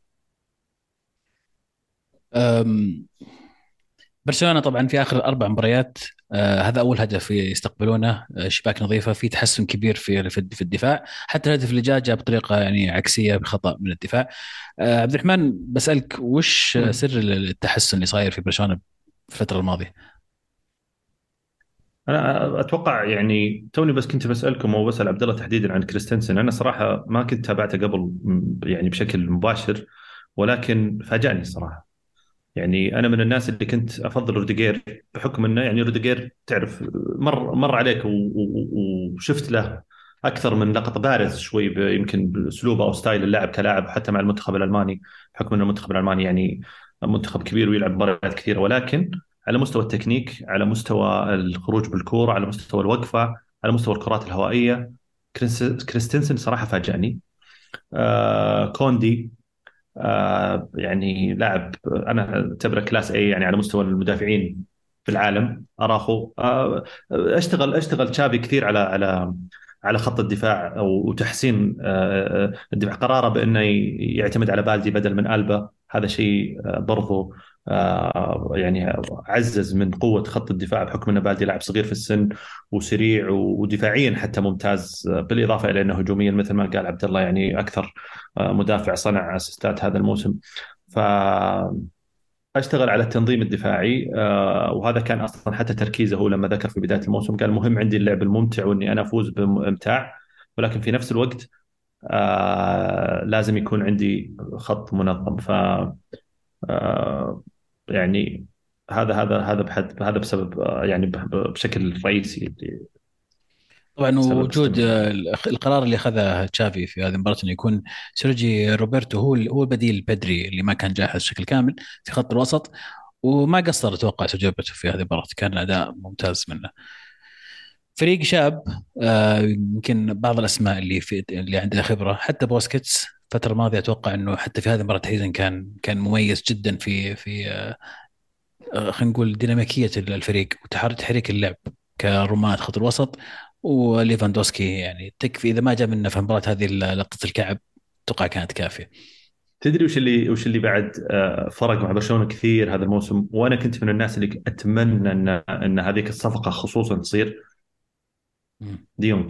أم، برشلونة طبعا في آخر أربع مباريات، آه هذا أول هدف يستقبلونه، آه شباك نظيفة، في تحسن كبير في في في الدفاع. حتى الهدف اللي جاء جاء بطريقة يعني عكسية بخطأ من الدفاع. آه عبد الرحمن، بسألك وش سر التحسن اللي صاير في برشلونة في الفترة الماضية؟ انا اتوقع يعني توني بس كنت بسالكم او بسال عبد الله تحديدا عن كريستنسن. انا صراحه ما كنت تابعته قبل م- يعني بشكل مباشر، ولكن فاجأني الصراحه. يعني انا من الناس اللي كنت افضل روديجير، بحكم انه يعني روديجير تعرف مر مر عليك و- و- وشفت له اكثر من لقطه، بارز شوي ب- يمكن باسلوبه او ستايل اللعب كلاعب حتى مع المنتخب الالماني، بحكم انه المنتخب الالماني يعني منتخب كبير ويلعب مباريات كثيره. ولكن على مستوى التكنيك، على مستوى الخروج بالكوره، على مستوى الوقفه، على مستوى الكرات الهوائيه، كريس- كريستنسن صراحه فاجأني. آه كوندي، آه يعني لاعب انا اعتبره كلاس اي يعني على مستوى المدافعين في العالم. اراخو، آه اشتغل اشتغل تشافي كثير على على على خط الدفاع او وتحسين آه الدفاع. قراره بانه يعتمد على بالدي بدل من البا، هذا شيء آه برضو آه يعني عزز من قوه خط الدفاع، بحكم ان بالدي لاعب صغير في السن وسريع ودفاعيا حتى ممتاز، آه، بالاضافه الى انه هجوميا مثل ما قال عبد الله يعني اكثر مدافع صنع اسيستات هذا الموسم. فاشتغل على التنظيم الدفاعي، آه، وهذا كان اصلا حتى تركيزه هو لما ذكر في بدايه الموسم، قال مهم عندي اللعب الممتع واني انا افوز بامتاع، ولكن في نفس الوقت آه، لازم يكون عندي خط منظم. ف آه، يعني هذا هذا هذا بحد هذا بسبب آه، يعني بشكل رئيسي طبعا سبب وجود استمرار. آه، القرار اللي اخذه تشافي في هذه المباراه انه يكون سيرجي روبرتو هو هو بديل بدري اللي ما كان جاهز بشكل كامل في خط الوسط. وما قصر اتوقع سيرجي روبرتو في هذه المباراه، كان اداء ممتاز منه. فريق شاب، آه، يمكن بعض الاسماء اللي في اللي عندها خبره، حتى بوسكيتس الفتره الماضيه اتوقع انه حتى في هذه المباراه تحديدا كان كان مميز جدا في في آه، آه، خلينا نقول ديناميكيه الفريق وتحرك تحريك اللعب كرماة خط الوسط. وليفاندوسكي يعني تكفي اذا ما جاء منه في المباراه هذه لقطه الكعب، اتوقع كانت كافيه. تدري وش اللي وش اللي بعد آه، فرق مع برشلونه كثير هذا الموسم، وانا كنت من الناس اللي اتمنى ان ان هذيك الصفقه خصوصا تصير. مم. ديونج.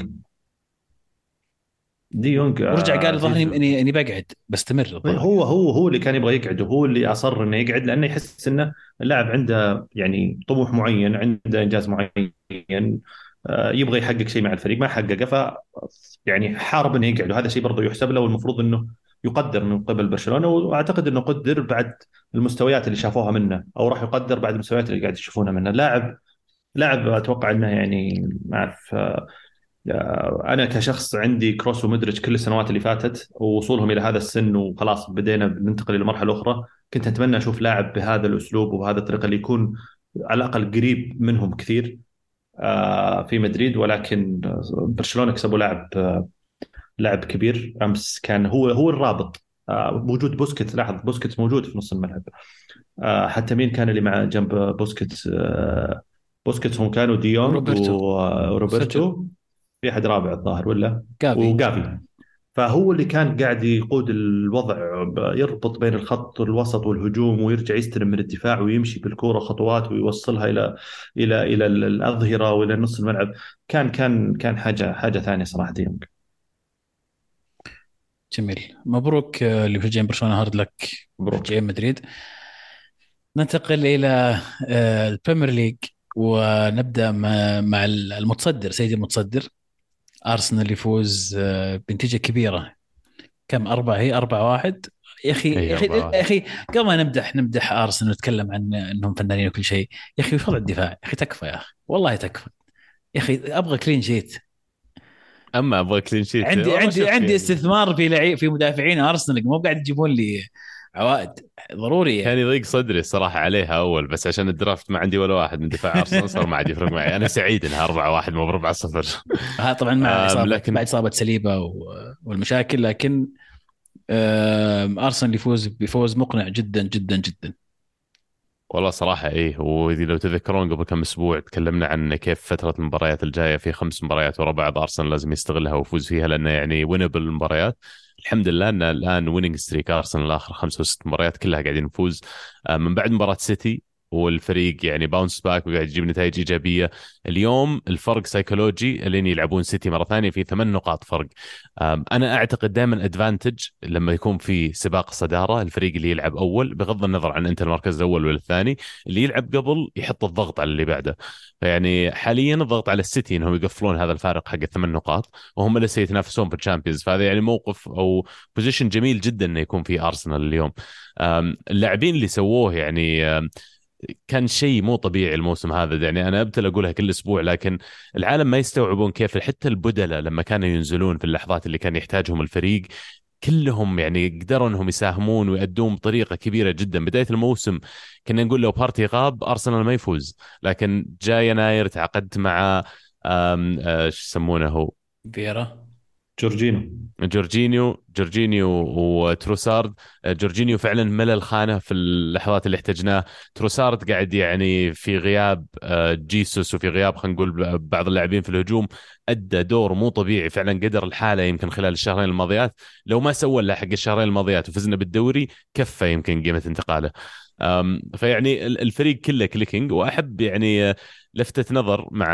ديونج ورجع قال آه، الظاهر زيزو. اني اني بقعد بستمر الظاهر. هو هو هو اللي كان يبغى يقعد، وهو اللي اصر انه يقعد، لانه يحس انه اللاعب عنده يعني طموح معين، عنده انجاز معين، آه، يبغى يحقق شيء مع الفريق ما حققه، ف يعني حارب انه يقعد. وهذا شيء برضه يحسب له، والمفروض انه يقدر من قبل برشلونه، واعتقد انه قدر بعد المستويات اللي شافوها منه، او راح يقدر بعد المستويات اللي قاعد يشوفونها منه. لاعب لاعب اتوقع انه يعني ما اعرف، آه، انا كشخص عندي كروس ومودريتش كل السنوات اللي فاتت ووصولهم الى هذا السن وخلاص بدينا ننتقل الى مرحله اخرى، كنت اتمنى اشوف لاعب بهذا الاسلوب وبهذه الطريقه اللي يكون على الاقل قريب منهم كثير آه، في مدريد. ولكن برشلونه كسبوا لاعب آه، لاعب كبير امس، كان هو هو الرابط. آه، وجود بوسكيتس، لاحظ بوسكيتس موجود في نص الملعب. آه، حتى مين كان اللي مع جنب بوسكيتس؟ آه، بوسكيتس هم كانوا ديونج وروبرتو سيرجيو وروبرتو، في احد رابع الظاهر ولا؟ جافي. وجافي. فهو اللي كان قاعد يقود الوضع، يربط بين الخط الوسط والهجوم، ويرجع يستلم من الدفاع ويمشي بالكرة خطوات ويوصلها الى الى الى الاظهرة والى نص الملعب. كان كان كان حاجة حاجة ثانية صراحة ديونج. جميل، مبروك آه، اللي مشجعين برشلونه، هارد لك مبروك. مشجعين مدريد. ننتقل الى آه، البريمير ليج، ونبدا مع مع المتصدر سيدي المتصدر ارسنال يفوز آه، بنتيجه كبيره. كم أربعة؟ هي أربعة واحد. يا أخي اي يا أخي أربعة يا واحد. أخي قبل ما نمدح نمدح أرسنال ونتكلم عن أنهم فنانين وكل شيء، يا أخي وش وضع الدفاع؟ يا أخي تكفى يا أخي، والله تكفى يا أخي، أبغى كلين شيت. اما ابغى كلين شيت عندي والله. عندي شوف عندي يعني استثمار في لعيب في مدافعين أرسنال، مو قاعد تجيبون لي عوائد. ضروري كان يعني. يضيق صدري الصراحة عليها أول، بس عشان الدرافت ما عندي ولا واحد من دفاع أرسنال صار ما عاد يفرق معي. أنا سعيد إنها أربعة واحد مو بربعة صفر. ها طبعا مع أم إصابة لكن بعد إصابة سليبة و- والمشاكل، لكن آم، أرسنال يفوز بفوز مقنع جدا جدا جدا. والله صراحة إيه. وإذا لو تذكرون قبل كم أسبوع تكلمنا عن كيف فترة المباريات الجاية في خمس مباريات ورا بعض أرسنال لازم يستغلها ويفوز فيها، لأنه يعني وينبل المباريات. الحمد لله أن الآن ويننج ستريك أرسنال آخر خمس وست مباريات كلها قاعدين نفوز. آه، من بعد مباراة سيتي والفريق يعني باونس باك وقاعد يجيب نتائج إيجابية. اليوم الفرق سيكولوجي لين يلعبون سيتي مرة ثانية في ثمان نقاط فرق. آم، أنا أعتقد دائما أدفانتج لما يكون في سباق صدارة الفريق اللي يلعب أول، بغض النظر عن أنت المركز الأول ولا الثاني، اللي يلعب قبل يحط الضغط على اللي بعده. فيعني حاليا الضغط على السيتي انهم يقفلون هذا الفارق حق الثمان نقاط، وهم لسه يتنافسون في الشامبيونز. فهذا يعني موقف او بوزيشن جميل جدا انه يكون في ارسنال اليوم. أم، اللاعبين اللي سووه يعني أم، كان شيء مو طبيعي الموسم هذا. يعني انا ابتل اقولها كل اسبوع، لكن العالم ما يستوعبون كيف حتى البدلاء لما كانوا ينزلون في اللحظات اللي كان يحتاجهم الفريق كلهم يعني قدروا انهم يساهمون ويأدون بطريقه كبيره جدا. بدايه الموسم كنا نقول لو بارتي غاب ارسنال ما يفوز، لكن جاء يناير تعاقدت مع آم، آه، شو يسمونه هو فيرا. جورجينو. جورجينيو جورجينيو وتروسارد. آه، جورجينيو فعلا ملى الخانة في اللحظات اللي احتجناه. تروسارد قاعد يعني في غياب آه، جيسوس وفي غياب خلينا نقول بعض اللاعبين في الهجوم أدى دور مو طبيعي فعلا. قدر الحالة يمكن خلال الشهرين الماضيات لو ما سوى الا حق الشهرين الماضيات وفزنا بالدوري كفى يمكن قيمة انتقاله. أم، فيعني ال- الفريق كله كليكينج. واحب يعني آه، لفتة نظر مع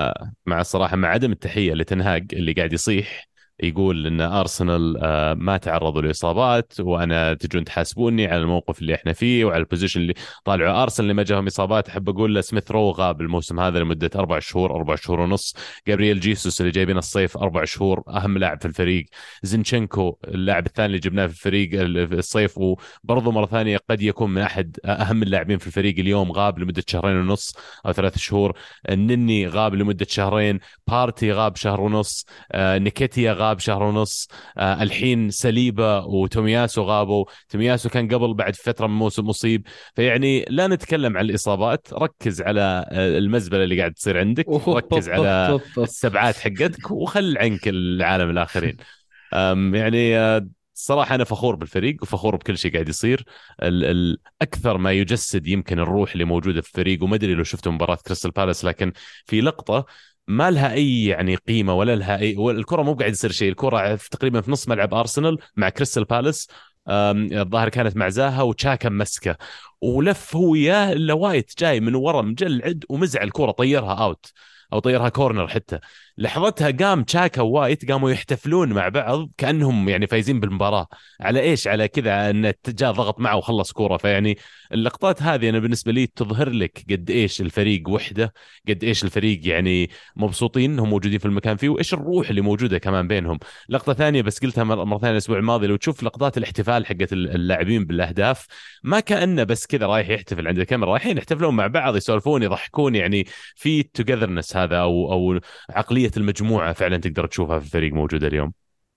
مع الصراحة مع عدم التحية لتنهاج اللي قاعد يصيح يقول ان ارسنال آه، ما تعرضوا لاصابات، وانا تجون تحاسبوني على الموقف اللي احنا فيه وعلى البوزيشن اللي طالعوا ارسنال اللي ما جاهم اصابات. احب اقول له سميث رو غاب الموسم هذا لمده اربع شهور اربع شهور ونص. جابرييل جيسوس اللي جايبين الصيف اربع شهور اهم لاعب في الفريق. زينشينكو اللاعب الثاني اللي جبناه في الفريق في الصيف وبرضه مره ثانيه قد يكون من احد اهم اللاعبين في الفريق اليوم غاب لمده شهرين ونص او ثلاث شهور. النني غاب لمده شهرين. بارتي غاب شهر ونص. آه، نيكيتيا غاب شهر ونص. آه، الحين سليبا وتومياسو غابوا. تومياسو كان قبل بعد فترة من موسم مصيب. فيعني لا نتكلم عن الإصابات، ركز على آه، المزبلة اللي قاعد تصير عندك، أوه أوه ركز أوه على أوه أوه. السبعات حقتك وخل عنك العالم الآخرين. أم، يعني آه، الصراحة أنا فخور بالفريق وفخور بكل شيء قاعد يصير. ال ال أكثر ما يجسد يمكن الروح اللي موجودة في الفريق. وما أدري لو شفتوا مباراة كريستال بالاس، لكن في لقطة ما لها اي يعني قيمه ولا لها اي، الكره مو قاعد يصير شيء. الكره في تقريبا في نص ملعب ارسنال مع كريستال بالاس. أم، الظاهر كانت مع زاها وتشاكا مسكه ولف هو وياه الا وايت جاي من ورا مجلعد ومزع الكره طيرها اوت او طيرها كورنر. حتى لحظتها قام تشاكا ووايت قاموا يحتفلون مع بعض كانهم يعني فايزين بالمباراه. على ايش؟ على كذا ان جاء ضغط معه وخلص كوره. فيعني اللقطات هذه انا بالنسبه لي تظهر لك قد ايش الفريق وحده، قد ايش الفريق يعني مبسوطين انهم موجودين في المكان فيه، وايش الروح اللي موجوده كمان بينهم. لقطه ثانيه بس قلتها مره مرة ثانيه الاسبوع الماضي، لو تشوف لقطات الاحتفال حقت اللاعبين بالاهداف ما كانه بس كذا رايح يحتفل عند الكاميرا، رايحين يحتفلون مع بعض يسولفون يضحكون. يعني في توجذرنس هذا او او عقليه المجموعه فعلا تقدر تشوفها في الفريق موجوده اليوم.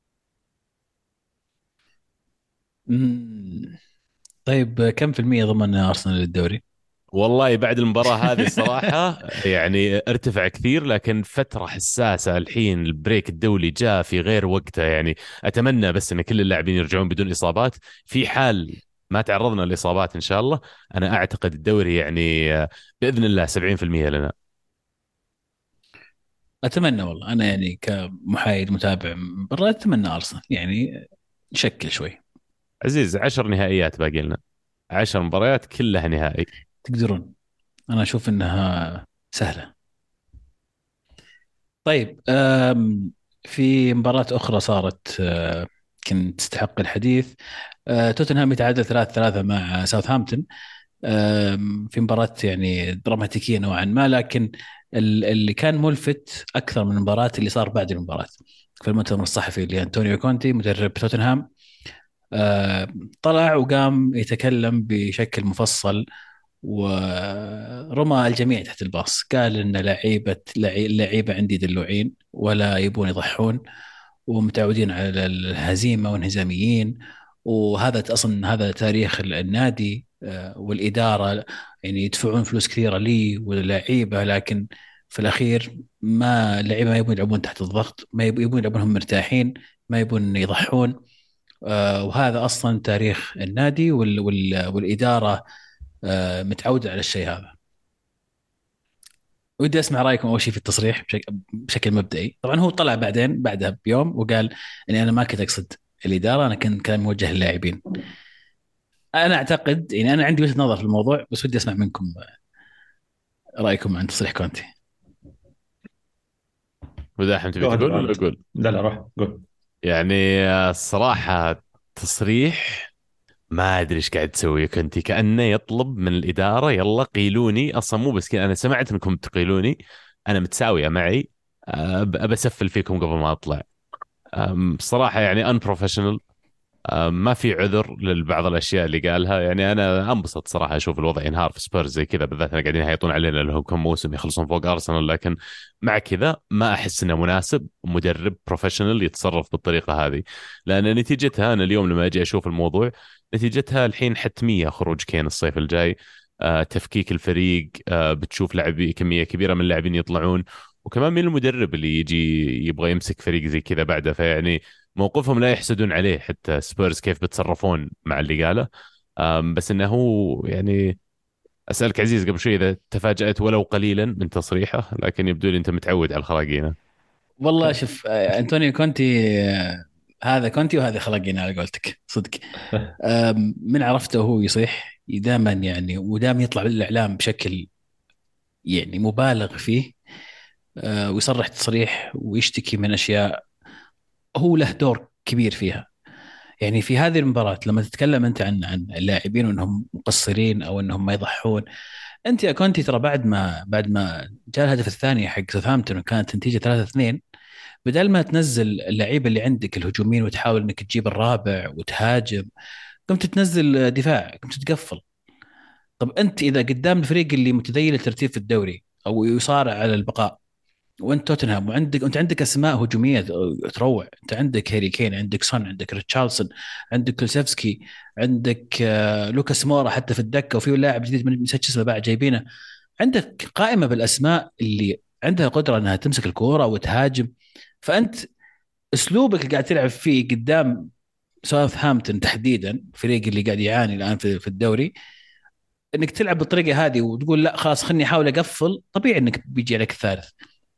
مم. طيب كم في المية ضمن أرسنال للدوري؟ والله بعد المباراة هذه الصراحة يعني ارتفع كثير، لكن فترة حساسة الحين. البريك الدولي جاء في غير وقته. يعني أتمنى بس أن كل اللاعبين يرجعون بدون إصابات. في حال ما تعرضنا لإصابات إن شاء الله أنا أعتقد الدوري يعني بإذن الله سبعين في المية لنا. أتمنى والله، أنا يعني كمحايد متابع من برا أتمنى أرسنال يعني نشكل شوي. عزيز عشر نهائيات باقي لنا، عشر مباريات كلها نهائي. تقدرون. أنا أشوف أنها سهلة. طيب أم، في مباراة أخرى صارت أه، كنت تستحق الحديث. أه، توتنهام يتعادل ثلاثة ثلاثة مع ساوثهامبتون. في مباراة يعني دراماتيكية نوعا ما، لكن اللي كان ملفت أكثر من المباراة اللي صار بعد المباراة في المؤتمر الصحفي اللي أنطونيو كونتي مدرب توتنهام طلع وقام يتكلم بشكل مفصل ورمى الجميع تحت الباص. قال ان لعيبه اللعيبه عندي دلوعين ولا يبون يضحون ومتعودين على الهزيمه وانهزاميين، وهذا اصلا هذا تاريخ النادي والاداره، يعني يدفعون فلوس كثيره لي واللعيبه، لكن في الاخير ما اللعيبه ما يبون يلعبون تحت الضغط، ما يبون يلعبونهم مرتاحين، ما يبون يضحون. وهذا اصلا تاريخ النادي وال وال والاداره متعودة على الشيء هذا. ودي اسمع رايكم اول شيء في التصريح بشكل, بشكل مبدئي. طبعا هو طلع بعدين بعدها بيوم وقال اني انا ما كنت اقصد الاداره، انا كان كلام موجه للاعبين. انا اعتقد يعني انا عندي وجهه نظر في الموضوع، بس ودي اسمع منكم رايكم عن تصريح كونتي. بداحم تبي تقول ولا اقول؟ لا لا روح قول. يعني الصراحه تصريح ما ادري ايش قاعد تسوي كنتي، كانه يطلب من الاداره يلا قيلوني. اصلا مو بس كذا، انا سمعت انكم تقيلوني، انا متساويه معي، ابى اسفل فيكم قبل ما اطلع. صراحه يعني ان بروفيشنال. ما في عذر لبعض الاشياء اللي قالها. يعني انا انبسط صراحه اشوف الوضع ينهار في سبيرز زي كذا، بالذات انه قاعدين يهيطون علينا لهم كم موسم يخلصون فوق ارسنال، لكن مع كذا ما احس انه مناسب مدرب بروفيشنال يتصرف بالطريقه هذه. لان نتيجتها انا اليوم لما اجي اشوف الموضوع، نتيجتها الحين حتميه خروج كين الصيف الجاي، آه، تفكيك الفريق، آه، بتشوف لاعبي كميه كبيره من اللاعبين يطلعون، وكمان من المدرب اللي يجي يبغى يمسك فريق زي كذا بعده. فيعني موقفهم لا يحسدون عليه. حتى سبيرز كيف بتصرفون مع اللي قاله. أم، بس انه هو يعني اسالك عزيز قبل شوي اذا تفاجات ولو قليلا من تصريحه، لكن يبدو لي انت متعود على الخلاقينه. والله شوف آه، انطونيو كونتي آه، هذا كونتي وهذا خلقنا على قولتك صدق. آم، من عرفته وهو يصيح دائما يعني، ودائما يطلع بالاعلام بشكل يعني مبالغ فيه، آه، ويصرح تصريح ويشتكي من اشياء هو له دور كبير فيها. يعني في هذه المباراة لما تتكلم انت عن عن اللاعبين وانهم مقصرين او انهم ما يضحون، انت يا كونتي ترى بعد ما بعد ما جاء الهدف الثاني حق ساوثهامبتون وكانت النتيجة ثلاثة اثنين، بدل ما تنزل اللعيبه اللي عندك الهجوميين وتحاول انك تجيب الرابع وتهاجم، قمت تنزل دفاع، قمت تقفل. طب انت اذا قدام الفريق اللي متذيل الترتيب في الدوري او يصارع على البقاء، وانت توتنهام وعندك انت عندك اسماء هجوميه تروع، انت عندك هاري كين، عندك سون، عندك ريتشارلسون، عندك كولسيفسكي، عندك آه، لوكاس مورا حتى في الدكه، وفي لاعب جديد من نسيت اسمه بعد جايبينه. عندك قائمه بالاسماء اللي عندها قدره انها تمسك الكوره وتهاجم. فانت اسلوبك اللي قاعد تلعب فيه قدام ساوثهامبتون تحديدا، الفريق اللي قاعد يعاني الان في في الدوري، انك تلعب بالطريقه هذه وتقول لا خلاص خلني احاول اقفل، طبيعي انك بيجي عليك الثالث.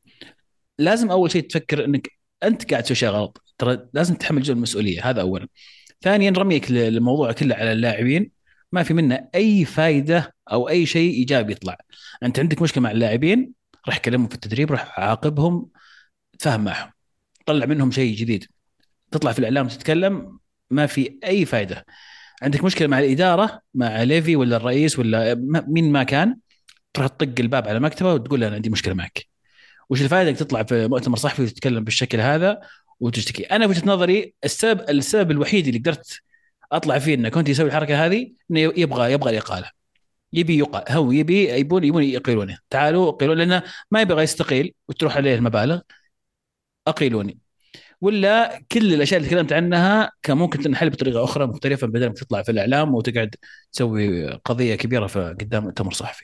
لازم اول شيء تفكر انك انت قاعد تسوي شيء غلط، ترى لازم تتحمل جزء من المسؤوليه، هذا اولا. ثانيا رميك للموضوع كله على اللاعبين ما في منه اي فائده او اي شيء ايجابي يطلع. انت عندك مشكله مع اللاعبين، راح كلمهم في التدريب، راح عاقبهم، تفاهم معهم، طلع منهم شيء جديد. تطلع في الاعلام تتكلم ما في اي فائده. عندك مشكله مع الاداره، مع ليفي ولا الرئيس ولا مين ما كان، تروح تطق الباب على مكتبه وتقول له انا عندي مشكله معك. وش الفائده انك تطلع في مؤتمر صحفي وتتكلم بالشكل هذا وتشتكي؟ انا وجهه نظري السبب السبب الوحيد اللي قدرت اطلع فيه انه كنت يسوي الحركه هذه، انه يبغى يبغى الاقاله، يبي يقال، هو يبي يبون يبون يقيلونه، تعالوا قيلوا لنا، ما يبغى يستقيل وتروح عليه المبالغ، اقيلوني. ولا كل الاشياء اللي تكلمت عنها كان ممكن تنحل بطريقه اخرى مختلفه، بدل ما تطلع في الاعلام وتقعد تسوي قضيه كبيره في قدام مؤتمر صحفي.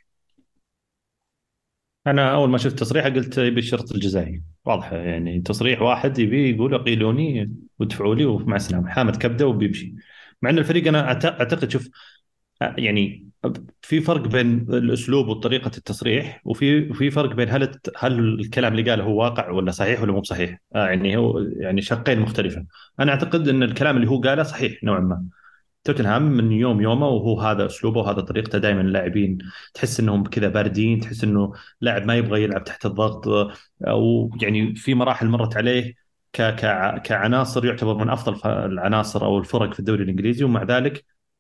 انا اول ما شفت تصريحه قلت يبي الشرط الجزائي واضحه، يعني تصريح واحد يبي يقول اقيلوني وادفعوا لي ومع السلامه، حامد كبده وبيمشي. مع ان الفريق انا أعت- اعتقد شوف يعني في فرق بين الاسلوب وطريقه التصريح، وفي وفي فرق بين هل الت- هل الكلام اللي قاله هو واقع ولا صحيح ولا مو بصحيح. آه يعني هو يعني شقين مختلفه. انا اعتقد ان الكلام اللي هو قاله صحيح نوعا ما. توتنهام من يوم يومه وهو هذا اسلوبه وهذا طريقته، دائما اللاعبين تحس انهم كذا باردين، تحس انه لاعب ما يبغى يلعب تحت الضغط، او يعني في مراحل مرت عليه ك ك كعناصر يعتبر من افضل العناصر او الفرق في الدوري الانجليزي، ومع ذلك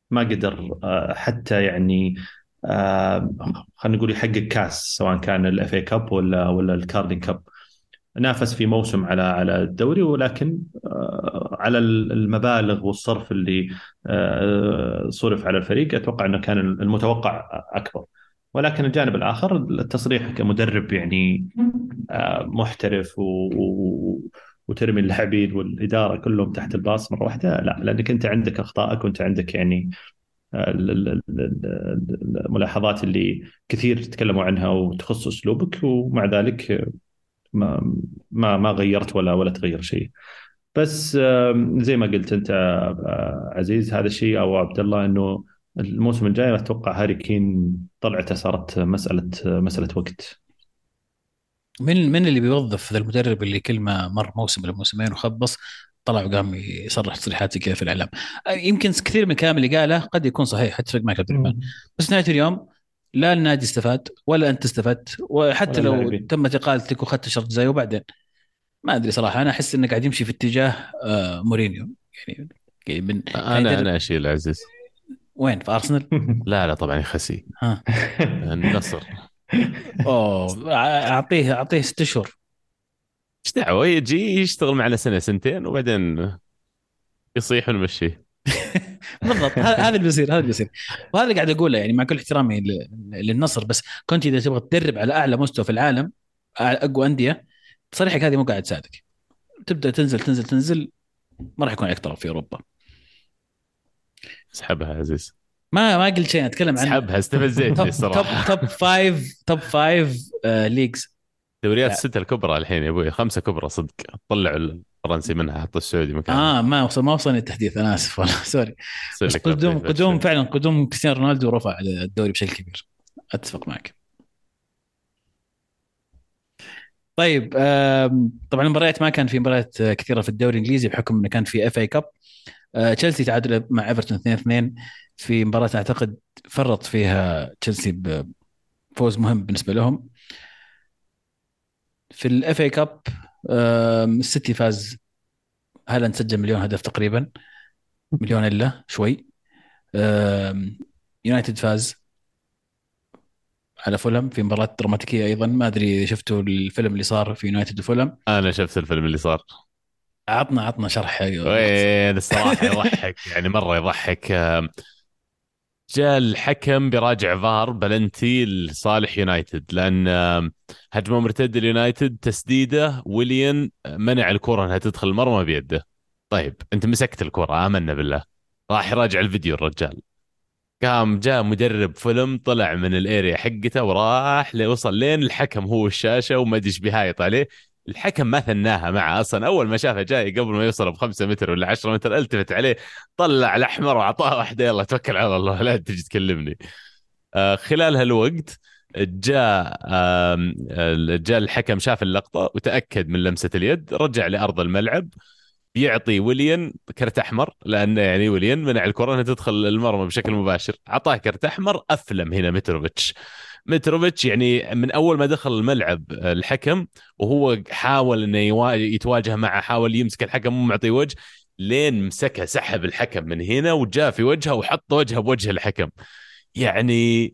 ما قدر آه، حتى يعني آه، خلينا نقول يحقق كاس، سواء كان الاف اي كاب ولا ولا الكاردين كاب. نافس في موسم على على الدوري، ولكن آه، على المبالغ والصرف اللي آه، صرف على الفريق اتوقع انه كان المتوقع اكبر. ولكن الجانب الاخر التصريح كمدرب يعني آه، محترف و... و... وترمي اللاعبين والاداره كلهم تحت الباص مره واحده، لا، لانك انت عندك اخطائك، وانت عندك يعني آه، ال- ال- ال- ال- الملاحظات اللي كثير تكلموا عنها وتخص اسلوبك، ومع ذلك ما ما ما غيرت ولا ولا تغير شيء. بس آه، زي ما قلت انت آه، عزيز، هذا الشيء او عبد الله، انه الموسم الجاي اتوقع هاري كين طلعته صارت مساله مساله وقت. من من اللي بيوظف ذا المدرب اللي كل ما مر موسم ولا موسمين وخبص طلع وقام يصرح تصريحات زي كذا في الاعلام؟ آه، يمكن كثير من الكلام اللي قاله قد يكون صحيح، اتفق معك عبد الرحمن، بس نهايه اليوم لا النادي استفاد ولا انت استفدت، ولا وحتى لو اللاعبين. تمت اقالتك واخذت شرط زي وبعدين ما ادري صراحه. انا احس انه قاعد يمشي في اتجاه آه، مورينيو يعني. يعني من كان انا يدرب انا اشيل عزيز. وين في ارسنال؟ لا لا طبعا يخسي ها. النصر. اوه اعطيه اعطيه ست اشهر. ايش دعوه، يجي يشتغل معنا سنه سنتين وبعدين يصيح ونمشيه. بالضبط، هذا هذا اللي بيصير، هذا اللي بيصير. وهذا اللي قاعد اقوله يعني، مع كل احترامي ل- للنصر، بس كنت اذا تبغى تدرب على اعلى مستوى في العالم، أع- اقوى انديه، تصريحك هذه مو قاعد تساعدك. تبدا تنزل تنزل تنزل، ما راح يكون عليك طلب في اوروبا. اسحبها عزيز، ما ما قلت شيء، اتكلم عن اسحبها، استفزيتني توب توب الصراحه. توب فايف توب فايف آه ليجز. دوريات الستة الكبرى الحين يا ابوي، خمسة كبرى صدق، طلعوا الفرنسي منها، حط السعودي مكانها. اه ما وصل ما وصلني التحديث، انا اسف والله سوري. يصير بس لك قدوم ابديت بعد قدوم شوي. فعلا، قدوم كريستيانو رونالدو رفع الدوري بشكل كبير. اتفق معك. طيب آم، طبعا المباريات ما كان في مباريات آه، كثيره في الدوري الانجليزي بحكم انه كان في اف اي كاب. آه، تشيلسي تعادل مع ايفرتون اثنين اثنين في مباراه اعتقد فرط فيها تشيلسي بفوز مهم بالنسبه لهم. في الاف اي كاب آم، السيتي فاز، هالاند سجل مليون هدف تقريبا، مليون الا شوي. آم، يونايتد فاز على فولهام في مباراة دراماتيكية أيضا. ما أدري إذا شفتوا الفيلم اللي صار في يونايتد وفولهام. انا شفت الفيلم اللي صار. عطنا عطنا شرح مختصر. وين الصراحه يضحك يعني، مره يضحك. جاء الحكم بيراجع فار بلنتي لصالح يونايتد، لان آم، هجمه مرتده اليونايتد، تسديده ويليان منع الكره انها تدخل المرمى بيده. طيب انت مسكت الكره، امنا بالله، راح يراجع الفيديو الرجال. قام جاء مدرب فيلم طلع من الاريا حقته وراح وصل لين الحكم هو الشاشه وما ادري ايش بيهايط عليه. الحكم ما ثناها معه اصلا، اول ما شافه جاي قبل ما يوصل بخمسة متر ولا عشرة متر التفت عليه، طلع الاحمر واعطاه واحده، يلا توكل على الله لا تجي تكلمني. آه خلال هالوقت جاء آم، آه، جاء الحكم شاف اللقطه وتاكد من لمسه اليد، رجع لارض الملعب بيعطي ويليان كرت احمر، لان يعني ويليان منع الكره انها تدخل المرمى بشكل مباشر، اعطاه كرت احمر. افلم هنا متروفيتش. متروفيتش يعني من اول ما دخل الملعب الحكم وهو حاول انه يوا- يتواجه معه، حاول يمسك الحكم مو معطيه وجه، لين مسكه سحب الحكم من هنا وجاء في وجهه وحط وجهه بوجه الحكم. يعني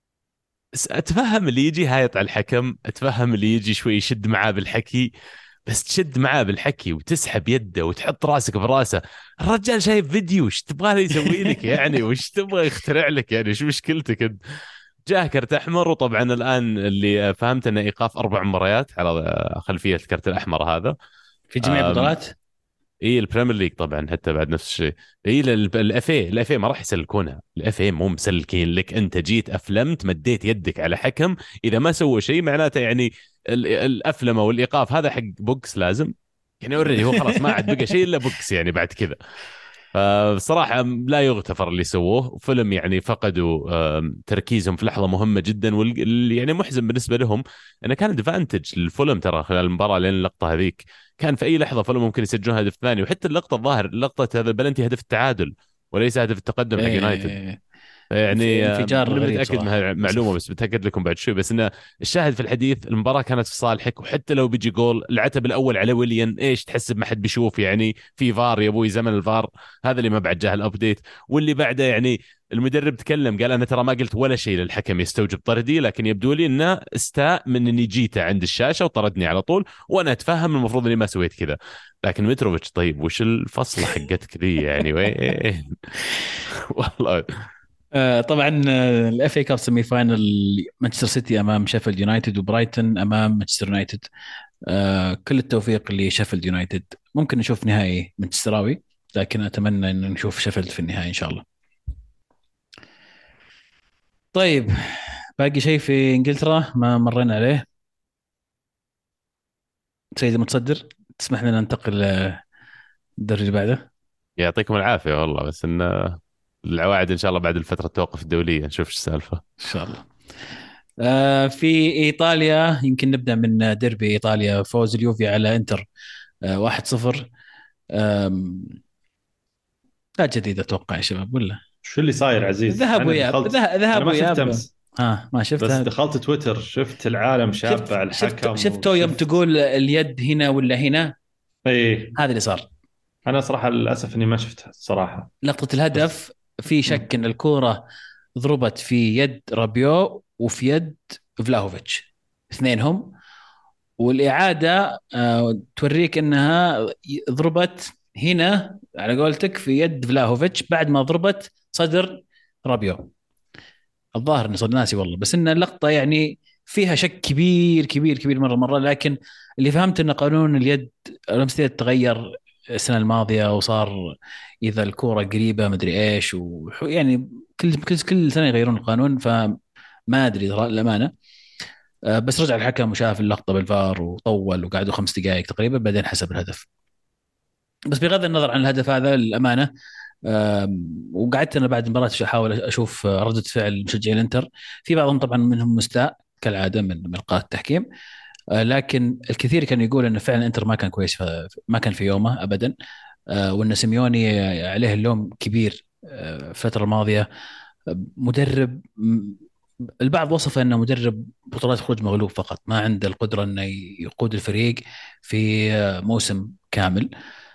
اتفهم اللي يجي هايط على الحكم، اتفهم اللي يجي شوي يشد معاه بالحكي، بس تشد معاه بالحكي وتسحب يده وتحط راسك براسه. الرجال شايف فيديو، ايش تبغى له يسوي لك يعني، وش تبغى يخترع لك يعني، شو مشكلتك انت؟ جاه كرت احمر، وطبعا الان اللي فهمت انه ايقاف اربع مباريات على خلفيه الكرت الاحمر هذا. في جميع البطولات. اي البريمير ليج طبعا حتى بعد نفس الشيء. اي الاف اي الاف اي ما راح يسلكونها، الاف اي مو مسلكين لك، انت جيت افلمت مديت يدك على حكم، اذا ما سوى شيء معناته يعني ال- الافلمه والايقاف هذا حق بوكس لازم، يعني اوريدي هو خلاص ما عاد بقى شيء الا بوكس يعني بعد كذا. فصراحة لا يغتفر اللي سووه فيلم، يعني فقدوا آم، تركيزهم في لحظة مهمة جدا، واللي يعني محزن بالنسبة لهم انه كان ادفانتج للفيلم ترى خلال المباراة، لين اللقطة هذيك كان في اي لحظة فيلم ممكن يسجلون هدف ثاني، وحتى اللقطة الظاهر لقطة هذا البلنتي هدف التعادل وليس هدف التقدم حق يونايتد. إيه. يعني آه، انفجار ماني غريب متاكد من صراحه هالمعلومه، بس بتاكد لكم بعد شوي. بس انه الشاهد في الحديث، المباراه كانت في صالحك، وحتى لو بيجي جول العتب الاول على ويليان، ايش تحسب ما حد بيشوف؟ يعني في فار يا ابوي، زمن الفار هذا اللي ما بعد جاه الابديت. واللي بعده يعني المدرب تكلم قال انا ترى ما قلت ولا شيء للحكم يستوجب طردي، لكن يبدو لي انه استاء من اني جيته عند الشاشه وطردني على طول، وانا اتفهم المفروض اني ما سويت كذا. لكن متروفيتش طيب وش الفصله حقتك ذي يعني وين؟ والله. آه، طبعا الاف اي كاب سيمي فاينل، مانشستر سيتي امام شيفيلد يونايتد وبرايتون امام مانشستر يونايتد. آه، كل التوفيق لشيفيلد يونايتد. ممكن نشوف نهائي مانشستراوي، لكن اتمنى ان نشوف شيفيلد في النهائي ان شاء الله. طيب، باقي شيء في انجلترا ما مرينا عليه؟ سيد المتصدر، تسمح لنا ننتقل للدرجه اللي بعده؟ يعطيكم العافيه والله، بس ان العواعد ان شاء الله بعد الفتره التوقف الدوليه نشوف ايش السالفه. ان شاء الله. آه، في ايطاليا يمكن نبدا من ديربي ايطاليا، فوز اليوفي على انتر آه، واحد صفر. آم، لا جديد اتوقع يا شباب، ولا شو اللي صاير عزيز؟ ذهب انا وياب، دخلت، ذهب انا ذهب ما شفت وياب. امس، اه ما بس شفتها. دخلت تويتر شفت العالم شاب شفت على شفت الحكم شفتوا يوم وشفت. تقول اليد هنا ولا هنا؟ ايه. هذا اللي صار. انا صراحه للاسف اني ما شفتها الصراحه. لقطة بس الهدف في مم. شك ان الكورة ضربت في يد رابيو وفي يد فلاهوفيتش، اثنينهم. والإعادة آه، توريك انها ضربت هنا على قولتك في يد فلاهوفيتش بعد ما ضربت صدر رابيو. الظاهر اني صار ناسي والله، بس ان اللقطه يعني فيها شك كبير كبير كبير مره مره. لكن اللي فهمت ان قانون اليد لمس اليد تغير السنه الماضيه، وصار اذا الكوره قريبه مدري ايش، ويعني كل كل كل سنه يغيرون القانون، فما ادري ترى الامانه. آه، بس رجع الحكم وشاف اللقطه بالفار وطول وقعدوا خمس دقائق تقريبا بعدين حسب الهدف. بس بغض النظر عن الهدف هذا الامانه، آم، وقعدت انا بعد المباراه احاول اشوف رده فعل مشجعي الانتر. في بعضهم طبعا منهم مستاء كالعاده من من قرارات التحكيم، آه، لكن الكثير كان يقول ان فعلا الانتر ما كان كويس، ف- ما كان في يومه ابدا. آه، وان سيميوني عليه اللوم كبير آه، الفتره الماضيه. آه، مدرب م- البعض وصفه انه مدرب بطولات خروج مغلوب فقط، ما عنده القدره انه يقود الفريق في آه، موسم كامل.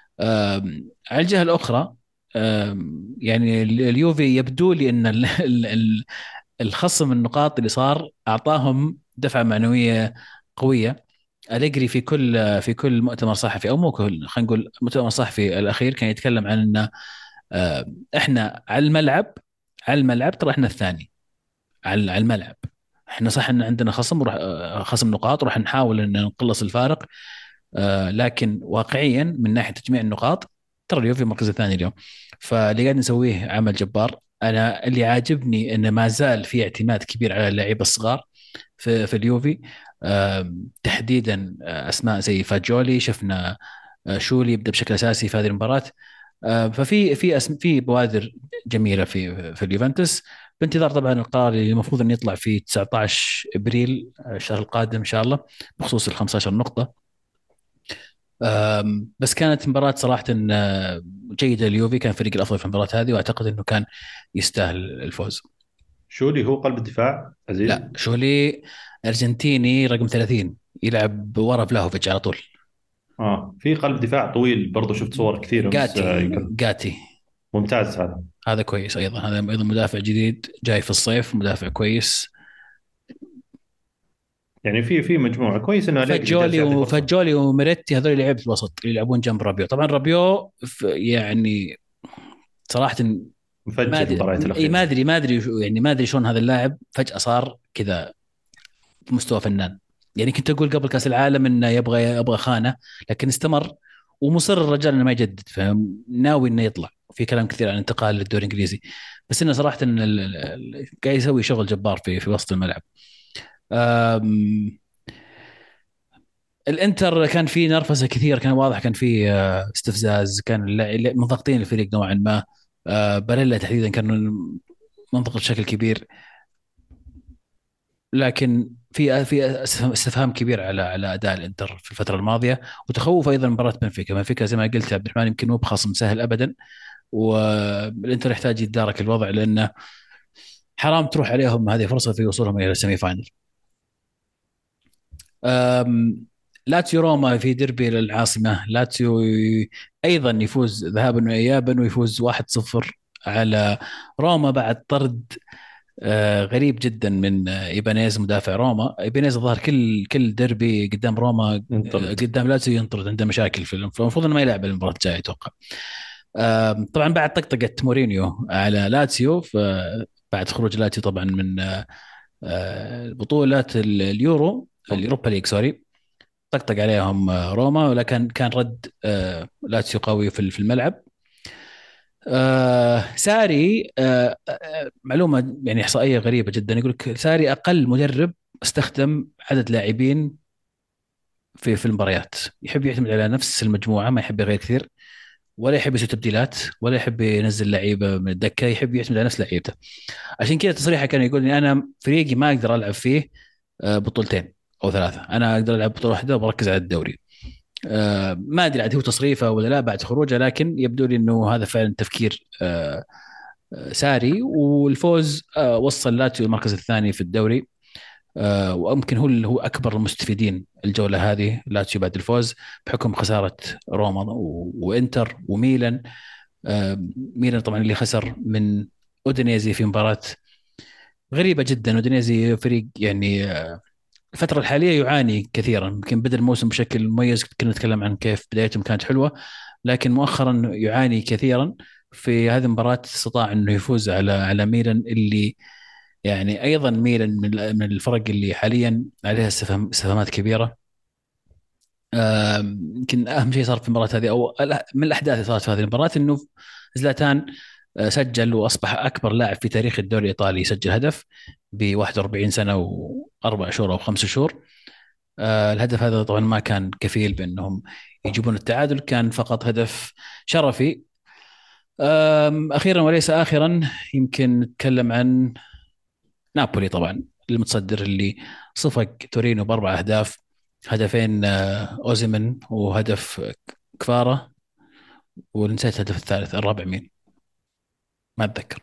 آم، على الجهة الأخرى، آم، يعني ال- اليوفي يبدو لي أن ال- ال- ال- الخصم النقاط اللي صار أعطاهم دفعة معنوية قوية. أليجري في كل في كل مؤتمر صحفي، أو مو كل، خلينا نقول مؤتمر صحفي الأخير، كان يتكلم عن أن آه، إحنا على الملعب، على الملعب ترى إحنا الثاني على على الملعب. احنا صح ان عندنا خصم وراح آه، خصم نقاط وراح نحاول ان نقلص الفارق، آه، لكن واقعيا من ناحيه تجميع النقاط ترى اليوفي المركز الثاني اليوم. فاللي قاعد نسويه عمل جبار. انا اللي عاجبني انه ما زال في اعتماد كبير على اللعيبه الصغار في في اليوفي. آم، تحديدا آه، اسماء زي فاجولي، شفنا آه، شولي يبدا بشكل اساسي في هذه المباراه. آه، ففي في أسم في بوادر جميله في في اليوفنتوس. بانتظار طبعا القرار اللي المفروض انه يطلع في تسعة عشر ابريل آه، الشهر القادم ان شاء الله، بخصوص ال خمسة عشر نقطه. أم، بس كانت مباراة صراحة آه، جيدة. اليوفي كان فريق الأفضل في المباراة هذه، وأعتقد أنه كان يستاهل الفوز. شو اللي هو قلب الدفاع عزيز؟ لا، شولي أرجنتيني رقم ثلاثين، يلعب ورا فلاهوفيتش على طول. اه في قلب دفاع طويل برضو، شفت صور كثير امس، آه، جاتي يمكن جاتي ممتاز هذا. هذا كويس أيضا، هذا أيضا مدافع جديد جاي في الصيف، مدافع كويس. يعني في في مجموعه كويس انه أليجري جالس فجولي يعطي فرصه. وفجولي وميريتي هذول لعيبة الوسط اللي يلعبون جنب رابيو. طبعا رابيو ف- يعني صراحة ما مفجر ادري، المباريات اي ما الاخيره. ادري ما ادري شو- يعني ما ادري شلون هذا اللاعب فجأة صار كذا مستوى فنان. يعني كنت اقول قبل كاس العالم انه يبغى يبغى خانه، لكن استمر ومصر الرجال انه ما يجدد، فناوي انه يطلع. في كلام كثير عن انتقال للدوري الانجليزي، بس انه صراحه إن ال- ال- ال- قاعد يسوي شغل جبار في في وسط الملعب. أم، الانتر كان في نرفزه كثير، كان واضح كان في آه، استفزاز، كان الل- منضغطين الفريق نوعا ما. آه، باريلا تحديدا كان منضغط بشكل كبير، لكن في في استفهام كبير على على اداء الانتر في الفتره الماضيه، وتخوف ايضا مباراه بنفيكا. بنفيكا زي ما قلت يا عبد الرحمن يمكن مو بخصم سهل ابدا، والانتر يحتاج يتدارك الوضع، لانه حرام تروح عليهم هذه فرصة في وصولهم إلى السيمي فاينل. أم، لاتسيو روما في ديربي للعاصمة. لاتسيو ي- أيضا يفوز ذهابا وإيابا، ويفوز واحد صفر على روما بعد طرد آه، غريب جدا من آه، إيبانيز مدافع روما. إيبانيز الظاهر كل كل ديربي قدام روما آه، انطرد. قدام لاتسيو ينطرد، عنده مشاكل في الم- فالمفروض انه ما يلعب المباراة الجاية اتوقع. آم، طبعا بعد طقطقة مورينيو على لاتسيو، ف- بعد خروج لاتسيو طبعا من آه، آه، بطولة ال- اليورو اليوروبا ليج سوري، طقطق عليهم آه، روما، ولكن كان رد آه، لاتسيو قوي في في الملعب. آه ساري آه آه، معلومة يعني إحصائية غريبة جدا، يقول لك ساري أقل مدرب استخدم عدد لاعبين في في المباريات. يحب يعتمد على نفس المجموعة، ما يحب يغير كثير، ولا يحب يسوي تبديلات، ولا يحب ينزل لعيبة من الدكة، يحب يعتمد على نفس لعيبته. عشان كذا تصريحه كان يقول إني أنا فريقي ما أقدر ألعب فيه آه، بطولتين أو ثلاثة، أنا أقدر ألعب بطولة واحدة وبركز على الدوري. آه، ما أدري عاد هو تصريفه ولا لا بعد خروجه، لكن يبدو لي إنه هذا فعلا تفكير آه، ساري. والفوز آه، وصل لاتسيو المركز الثاني في الدوري، آه، ويمكن هو هو اكبر المستفيدين الجوله هذه لاتسيو بعد الفوز، بحكم خساره روما و- وانتر وميلان. آه، ميلان طبعا اللي خسر من اودينيزي في مباراه غريبه جدا. اودينيزي فريق يعني آه، الفتره الحاليه يعاني كثيرا، يمكن بدا الموسم بشكل مميز، كنا نتكلم عن كيف بدايتهم كانت حلوه، لكن مؤخرا يعاني كثيرا. في هذه المباراة استطاع انه يفوز على على ميلان، اللي يعني ايضا ميلان من من الفرق اللي حاليا عليها استفهام استفهامات كبيره. آم، يمكن اهم شيء صار في المباراه هذه، او الأ- من الاحداث اللي صارت في هذه المباراه، انه زلاتان آه، سجل واصبح اكبر لاعب في تاريخ الدوري الايطالي يسجل هدف ب واحد وأربعين سنه واربع شهور او خمس شهور. آه، الهدف هذا طبعا ما كان كفيل بانهم يجيبون التعادل، كان فقط هدف شرفي. آم، اخيرا وليس اخرا، يمكن نتكلم عن نابولي طبعا المتصدر، اللي صفق تورينو باربع اهداف، هدفين آه، اوزيمن وهدف كفارة، ونسيت الهدف الثالث الرابع مين ما اتذكر.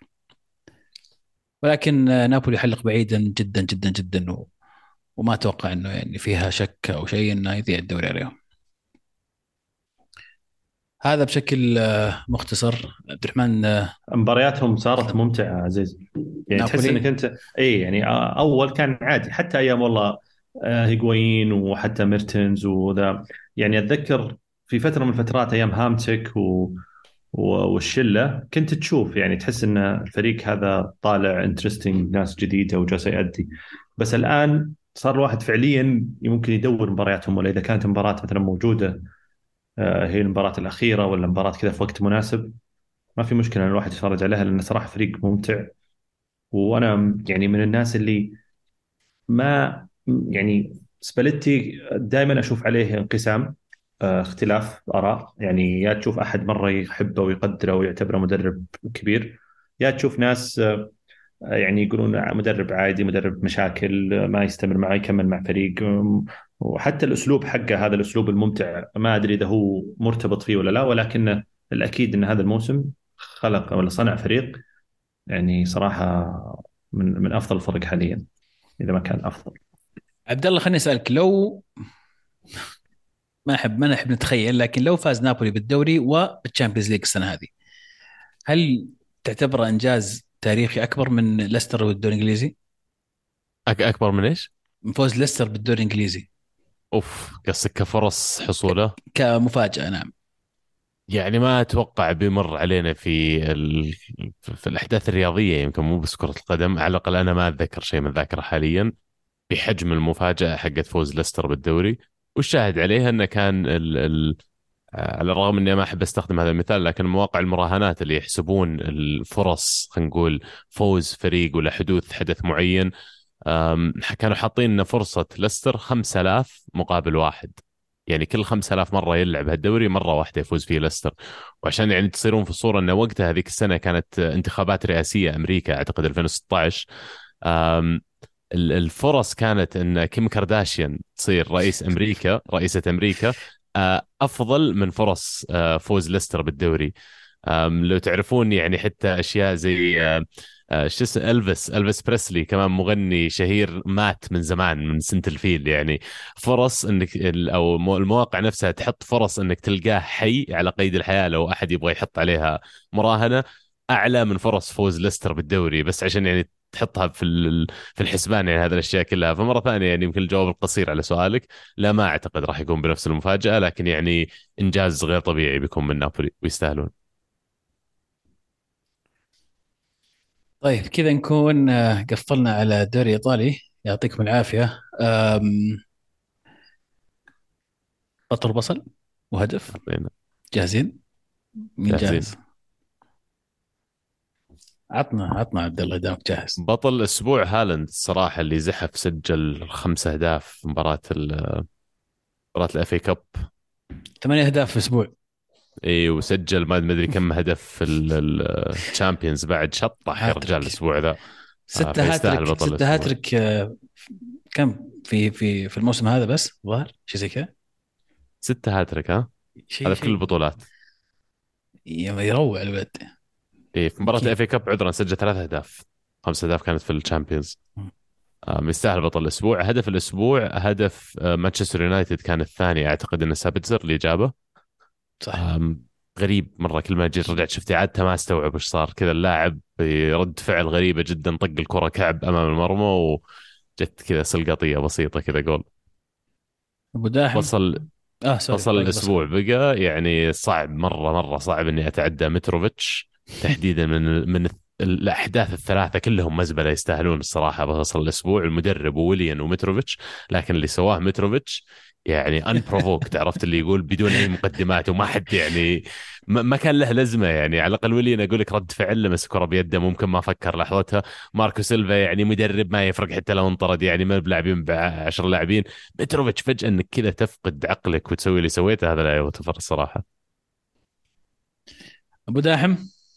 ولكن آه، نابولي حلق بعيدا جدا جدا جدا، و... وما اتوقع انه يعني فيها شك او شيء انه يضيع الدوري عليهم. هذا بشكل آه، مختصر عبد الرحمن. آه، مبارياتهم صارت ممتعه عزيز، يعني تحس نابولي انك انت اي يعني آه، اول كان عادي حتى ايام والله آه، هيغوين وحتى ميرتنز وذا. يعني اتذكر في فتره من الفترات ايام هامتك و... و- والشله كنت تشوف يعني تحس ان الفريق هذا طالع انترستنج، ناس جديده وجالس يأدي. بس الان صار الواحد فعليا ممكن يدور مبارياتهم، ولا اذا كانت مباراه مثلا موجوده آه، هي المباراه الاخيره ولا مباراه كذا في وقت مناسب، ما في مشكله ان الواحد يتفرج عليها لان صراحه فريق ممتع. وانا يعني من الناس اللي ما يعني سباليتي دائما اشوف عليه انقسام، آه، اختلاف اراء. يعني يا تشوف احد مره يحبه ويقدره ويعتبره مدرب كبير، يا تشوف ناس آه، يعني يقولون مدرب عادي، مدرب مشاكل، آه، ما يستمر معي يكمل مع فريق. آم، وحتى الاسلوب حقه هذا الاسلوب الممتع ما ادري اذا هو مرتبط فيه ولا لا، ولكن الاكيد ان هذا الموسم خلق ولا صنع فريق يعني صراحه من من افضل الفرق حاليا، اذا ما كان افضل. عبد الله، خليني اسالك، لو ما احب ما نحب نتخيل، لكن لو فاز نابولي بالدوري وبالتشامبيونز ليج السنه هذه، هل تعتبره انجاز تاريخي اكبر من ليستر والدوري الانجليزي؟ أك اكبر من ايش؟ من فوز ليستر بالدوري الانجليزي اوف، قصدك كفرص حصوله؟ كمفاجاه؟ نعم. يعني ما اتوقع بيمر علينا في ال... في الاحداث الرياضيه، يمكن مو بس كره القدم، على الاقل انا ما اتذكر شيء من الذاكره حاليا بحجم المفاجاه حقت فوز ليستر بالدوري. والشاهد عليها انه كان ال... ال... آه، على الرغم اني ما احب استخدم هذا المثال، لكن مواقع المراهنات اللي يحسبون الفرص، خلينا نقول فوز فريق ولا حدوث حدث معين، أم، كانوا حاطين ان فرصه ليستر خمسة آلاف مقابل واحد. يعني كل خمسة آلاف مره يلعب هالدوري مره واحده يفوز فيه ليستر. وعشان يعني تصيرون في الصوره، ان وقتها هذيك السنه كانت انتخابات رئاسيه امريكا اعتقد ألفين وستة عشر. أم، ال- الفرص كانت ان كيم كارداشيان تصير رئيس امريكا رئيسه امريكا، أه، افضل من فرص أه، فوز ليستر بالدوري. أم، لو تعرفون يعني حتى اشياء زي أه، أه، شو اسمه الفيس الفيس بريسلي، كمان مغني شهير مات من زمان من سنة الفيل. يعني فرص انك ال- او مو- المواقع نفسها تحط فرص انك تلقاه حي على قيد الحياة لو احد يبغى يحط عليها مراهنة، اعلى من فرص فوز ليستر بالدوري. بس عشان يعني تحطها في ال- في الحسبان يعني هذه الاشياء كلها. فمره ثانيه يعني يمكن الجواب القصير على سؤالك، لا ما اعتقد راح يكون بنفس المفاجاه، لكن يعني انجاز غير طبيعي بيكون من نابولي ويستاهلون. طيب كذا نكون آه، قفلنا على الدوري الإيطالي. يعطيكم العافية. أم، بطل بصل وهدف. يلا، جاهزين؟ مين جاهزين. جاهز؟ عطنا عطنا عبد الله دامك جاهز. بطل الاسبوع هالاند الصراحه، اللي زحف سجل خمس اهداف في مباراه ال- مباراه الاف اي كاب. ثمانية أهداف في أسبوع. اي، وسجل ما ادري كم هدف في الشامبيونز بعد. شطح يا رجال هاتريك. الاسبوع ذا. آه، ستة فيستاهل هاتريك بطل ستة الاسبوع. هاتريك آه، كم في في في الموسم هذا بس ظهر شيء زي كذا. ستة هاتريك، ها. شيء هذا في كل شيء البطولات. يروع الولد. إيه، في مباراة اكيد. الاف اي كاب عذرا سجل ثلاث اهداف، خمس اهداف كانت في الشامبيونز. آم، يستاهل بطل الاسبوع. هدف الاسبوع هدف آه، مانشستر يونايتد كان الثاني، اعتقد انه سابتزر اللي جابه. صح. آم، غريب مره، كل ما جيت رجعت شفت اعادتها ما استوعب ايش صار. كذا اللاعب برد فعل غريبه جدا، طق الكره كعب امام المرمى وجت كذا سلقطيه بسيطه كذا جول. ابو داحم. بصل اه سوري فصل باقي بصل. الاسبوع بقى يعني صعب مره مره صعب اني اتعدى متروفيتش، تحديدا من من الاحداث الثلاثه كلهم مزبله، يستاهلون الصراحه بفصل الاسبوع، المدرب وويليان ومتروفيتش. لكن اللي سواه متروفيتش يعني انبروفوكت، عرفت اللي يقول بدون اي مقدمات وما حد يعني ما ما كان له لازمه. يعني على الاقل ويليان اقول لك رد فعل، لمس كره بيده ممكن ما فكر لحظتها. ماركو سيلفا يعني مدرب ما يفرق حتى لو انطرد، يعني ما بلاعبين بعشر لاعبين. متروفيتش فجأة انك كذا تفقد عقلك وتسوي اللي سويته، هذا لا يغتفر الصراحة. ابو داحم.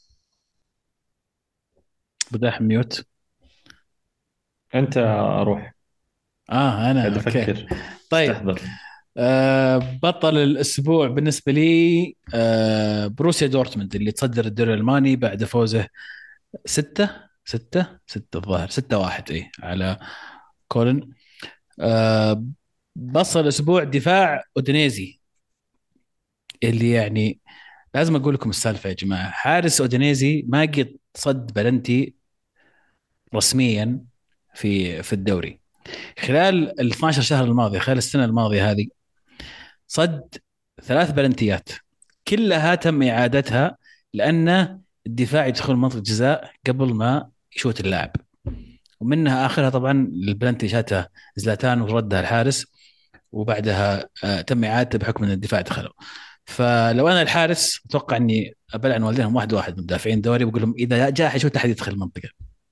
ابو داحم ميوت. انت اروح. اه قاعد انا اوكي. افكر. طيب. استحضر. آه بطل الاسبوع بالنسبه لي آه بروسيا دورتموند اللي تصدر الدوري الالماني بعد فوزه ستة ستة ستة الظاهر ستة واحد اي على كولن. آه بصل الاسبوع دفاع اودينيزي اللي يعني لازم اقول لكم السالفه يا جماعه. حارس اودينيزي ما قد صد بلنتي رسميا في في الدوري خلال ال اثنا عشر شهر الماضيه، خلال السنه الماضيه هذه. صد ثلاث بلنتيات كلها تم اعادتها لان الدفاع يدخل منطقه جزاء قبل ما يشوت اللاعب، ومنها اخرها طبعا البلنتي شاتها زلاتان وردها الحارس، وبعدها آه، تم اعادته بحكم ان الدفاع دخلوا. فلو انا الحارس اتوقع اني ابلعن والدينهم واحد واحد من مدافعين دوري، بقول لهم اذا جاء حيشوت احد يدخل المنطقه.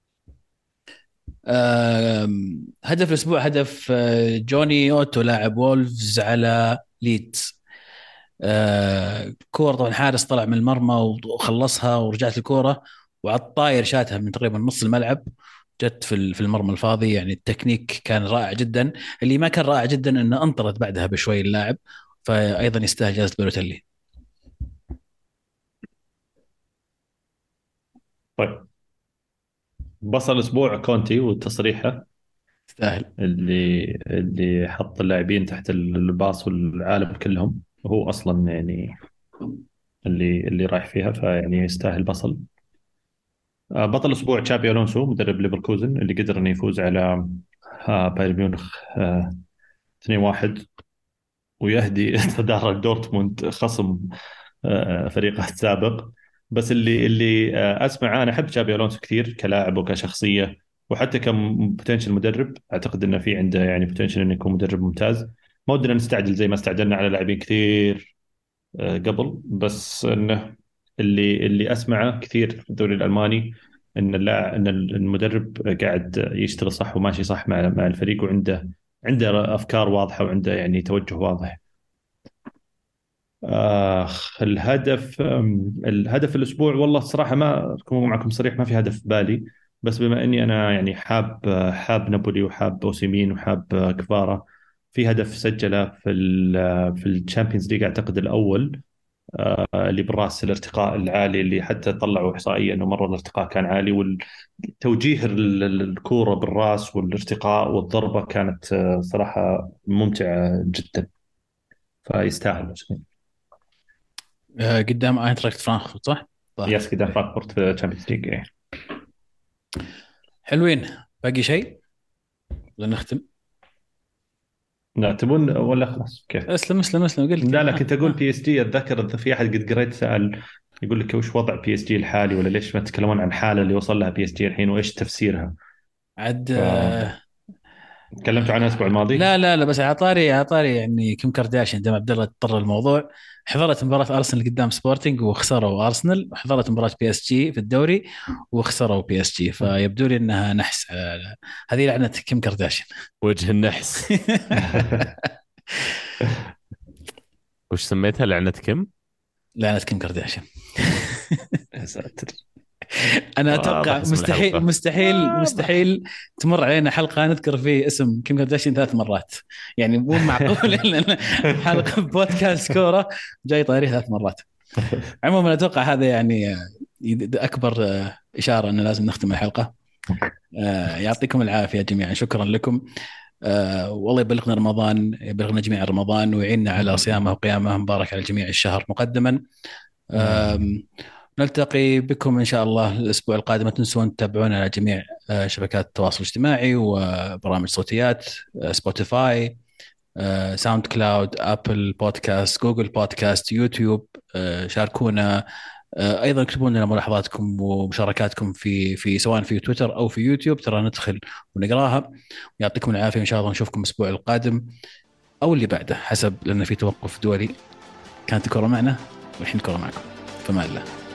آم، هدف الاسبوع هدف آه، جوني اوتو لاعب وولفز على ليدز. آه، كورة طبعا حارس طلع من المرمى وخلصها ورجعت الكورة وعلى الطاير شاتها من تقريبا نص الملعب، جت في ال- في المرمى الفاضي. يعني التكنيك كان رائع جدا. اللي ما كان رائع جدا انه انطرد بعدها بشوي اللاعب، فايضا يستاهل جائزة بيروتيلي. طيب، بصل الاسبوع كونتي والتصريحه يستاهل. اللي اللي حط اللاعبين تحت الباص والعالم كلهم، وهو اصلا يعني اللي اللي رايح فيها، فيعني يستاهل بصل. آه، بطل الاسبوع تشابي الونسو مدرب ليفركوزن، اللي قدر انه يفوز على آه، بايرن ميونخ آه، اثنين واحد، ويهدي تدرج دورتموند خصم آه، فريقه السابق. بس اللي اللي آه، اسمع، انا احب تشابي الونسو كثير كلاعب وكشخصيه، وحتى كبوتنشل مدرب. اعتقد انه في عنده يعني بوتنشل انه يكون مدرب ممتاز. ما ودنا نستعجل زي ما استعجلنا على لاعبين كثير آه، قبل، بس انه اللي اللي اسمعه كثير في الدوري الالماني ان اللاعب ان المدرب قاعد يشتغل صح وماشي صح مع مع الفريق، وعنده عنده افكار واضحه وعنده يعني توجه واضح. آخ الهدف أم، الهدف الأسبوع، والله الصراحة ما أكون معكم صريح، ما في هدف في بالي. بس بما أني أنا يعني حاب حاب نابولي وحاب أوسيمين وحاب كفارا، في هدف سجله في ال في الشامبيونز ليج أعتقد الأول آه، اللي بالراس، الارتقاء العالي اللي حتى طلعوا احصائيا انه مره الارتقاء كان عالي، والتوجيه ال- ال- الكوره بالراس والارتقاء والضربه كانت آه، صراحه ممتعه جدا، فيستاهل. آه، قدام اينتراخت فرانكفورت صح؟ ظاهر. ياس قدام فرانكفورت في الشامبيونز ليج. حلوين. باقي شيء ولا نختم؟ لا تبون ولا خلاص كيف؟ اسلم اسلم اسلم قلت لا لا آه، كنت اقول آه. بي اس جي، اتذكر إذا في احد قد قريت سال يقول لك وش وضع بي اس جي الحالي، ولا ليش ما تتكلمون عن الحاله اللي وصل لها بي اس جي الحين وايش تفسيرها؟ عاد فتكلمتوا آه، عنها الاسبوع الماضي. لا لا لا، بس عطاري عطاري يعني كيم كارداشيان دام عبد الله اضطر الموضوع. حضرت مباراة ارسنال قدام سبورتنج وخسروا ارسنال، وحضرت مباراة بي اس جي في الدوري وخسروا بي اس جي، فيبدو لي انها نحس على- هذه لعنة كيم كارداشيان. وجه النحس. وش سميتها؟ لعنة كم؟ لعنة كيم كارداشيان. يا ساتر. انا واضح اتوقع اسم مستحيل الحلقة. مستحيل واضح. مستحيل تمر علينا حلقه نذكر فيه اسم كيم كارداشيان ثلاث مرات، يعني مو معقول لان حلقه بودكاست كوره جاي طاري ثلاث مرات. عموما اتوقع هذا يعني يد- اكبر آه، اشاره ان لازم نختم الحلقه. آه، يعطيكم العافيه جميعا، شكرا لكم. آه، والله يبلغنا رمضان، يبلغنا جميع رمضان ويعيننا على صيامه وقيامه، مبارك على الجميع الشهر مقدما. آم، نلتقي بكم إن شاء الله الأسبوع القادم. لا تنسون تتابعونا على جميع آه، شبكات التواصل الاجتماعي وبرامج صوتيات، آه، سبوتيفاي، آه، ساوند كلاود، أبل بودكاست، جوجل بودكاست، يوتيوب. آه، شاركونا. آه، أيضا اكتبوا لنا ملاحظاتكم ومشاركاتكم في في سواء في تويتر أو في يوتيوب، ترى ندخل ونقراها. يعطيكم العافية، إن شاء الله نشوفكم الأسبوع القادم أو اللي بعده حسب، لأن في توقف دولي. كانت الكرة معنا والحين الكرة معكم، فما الله.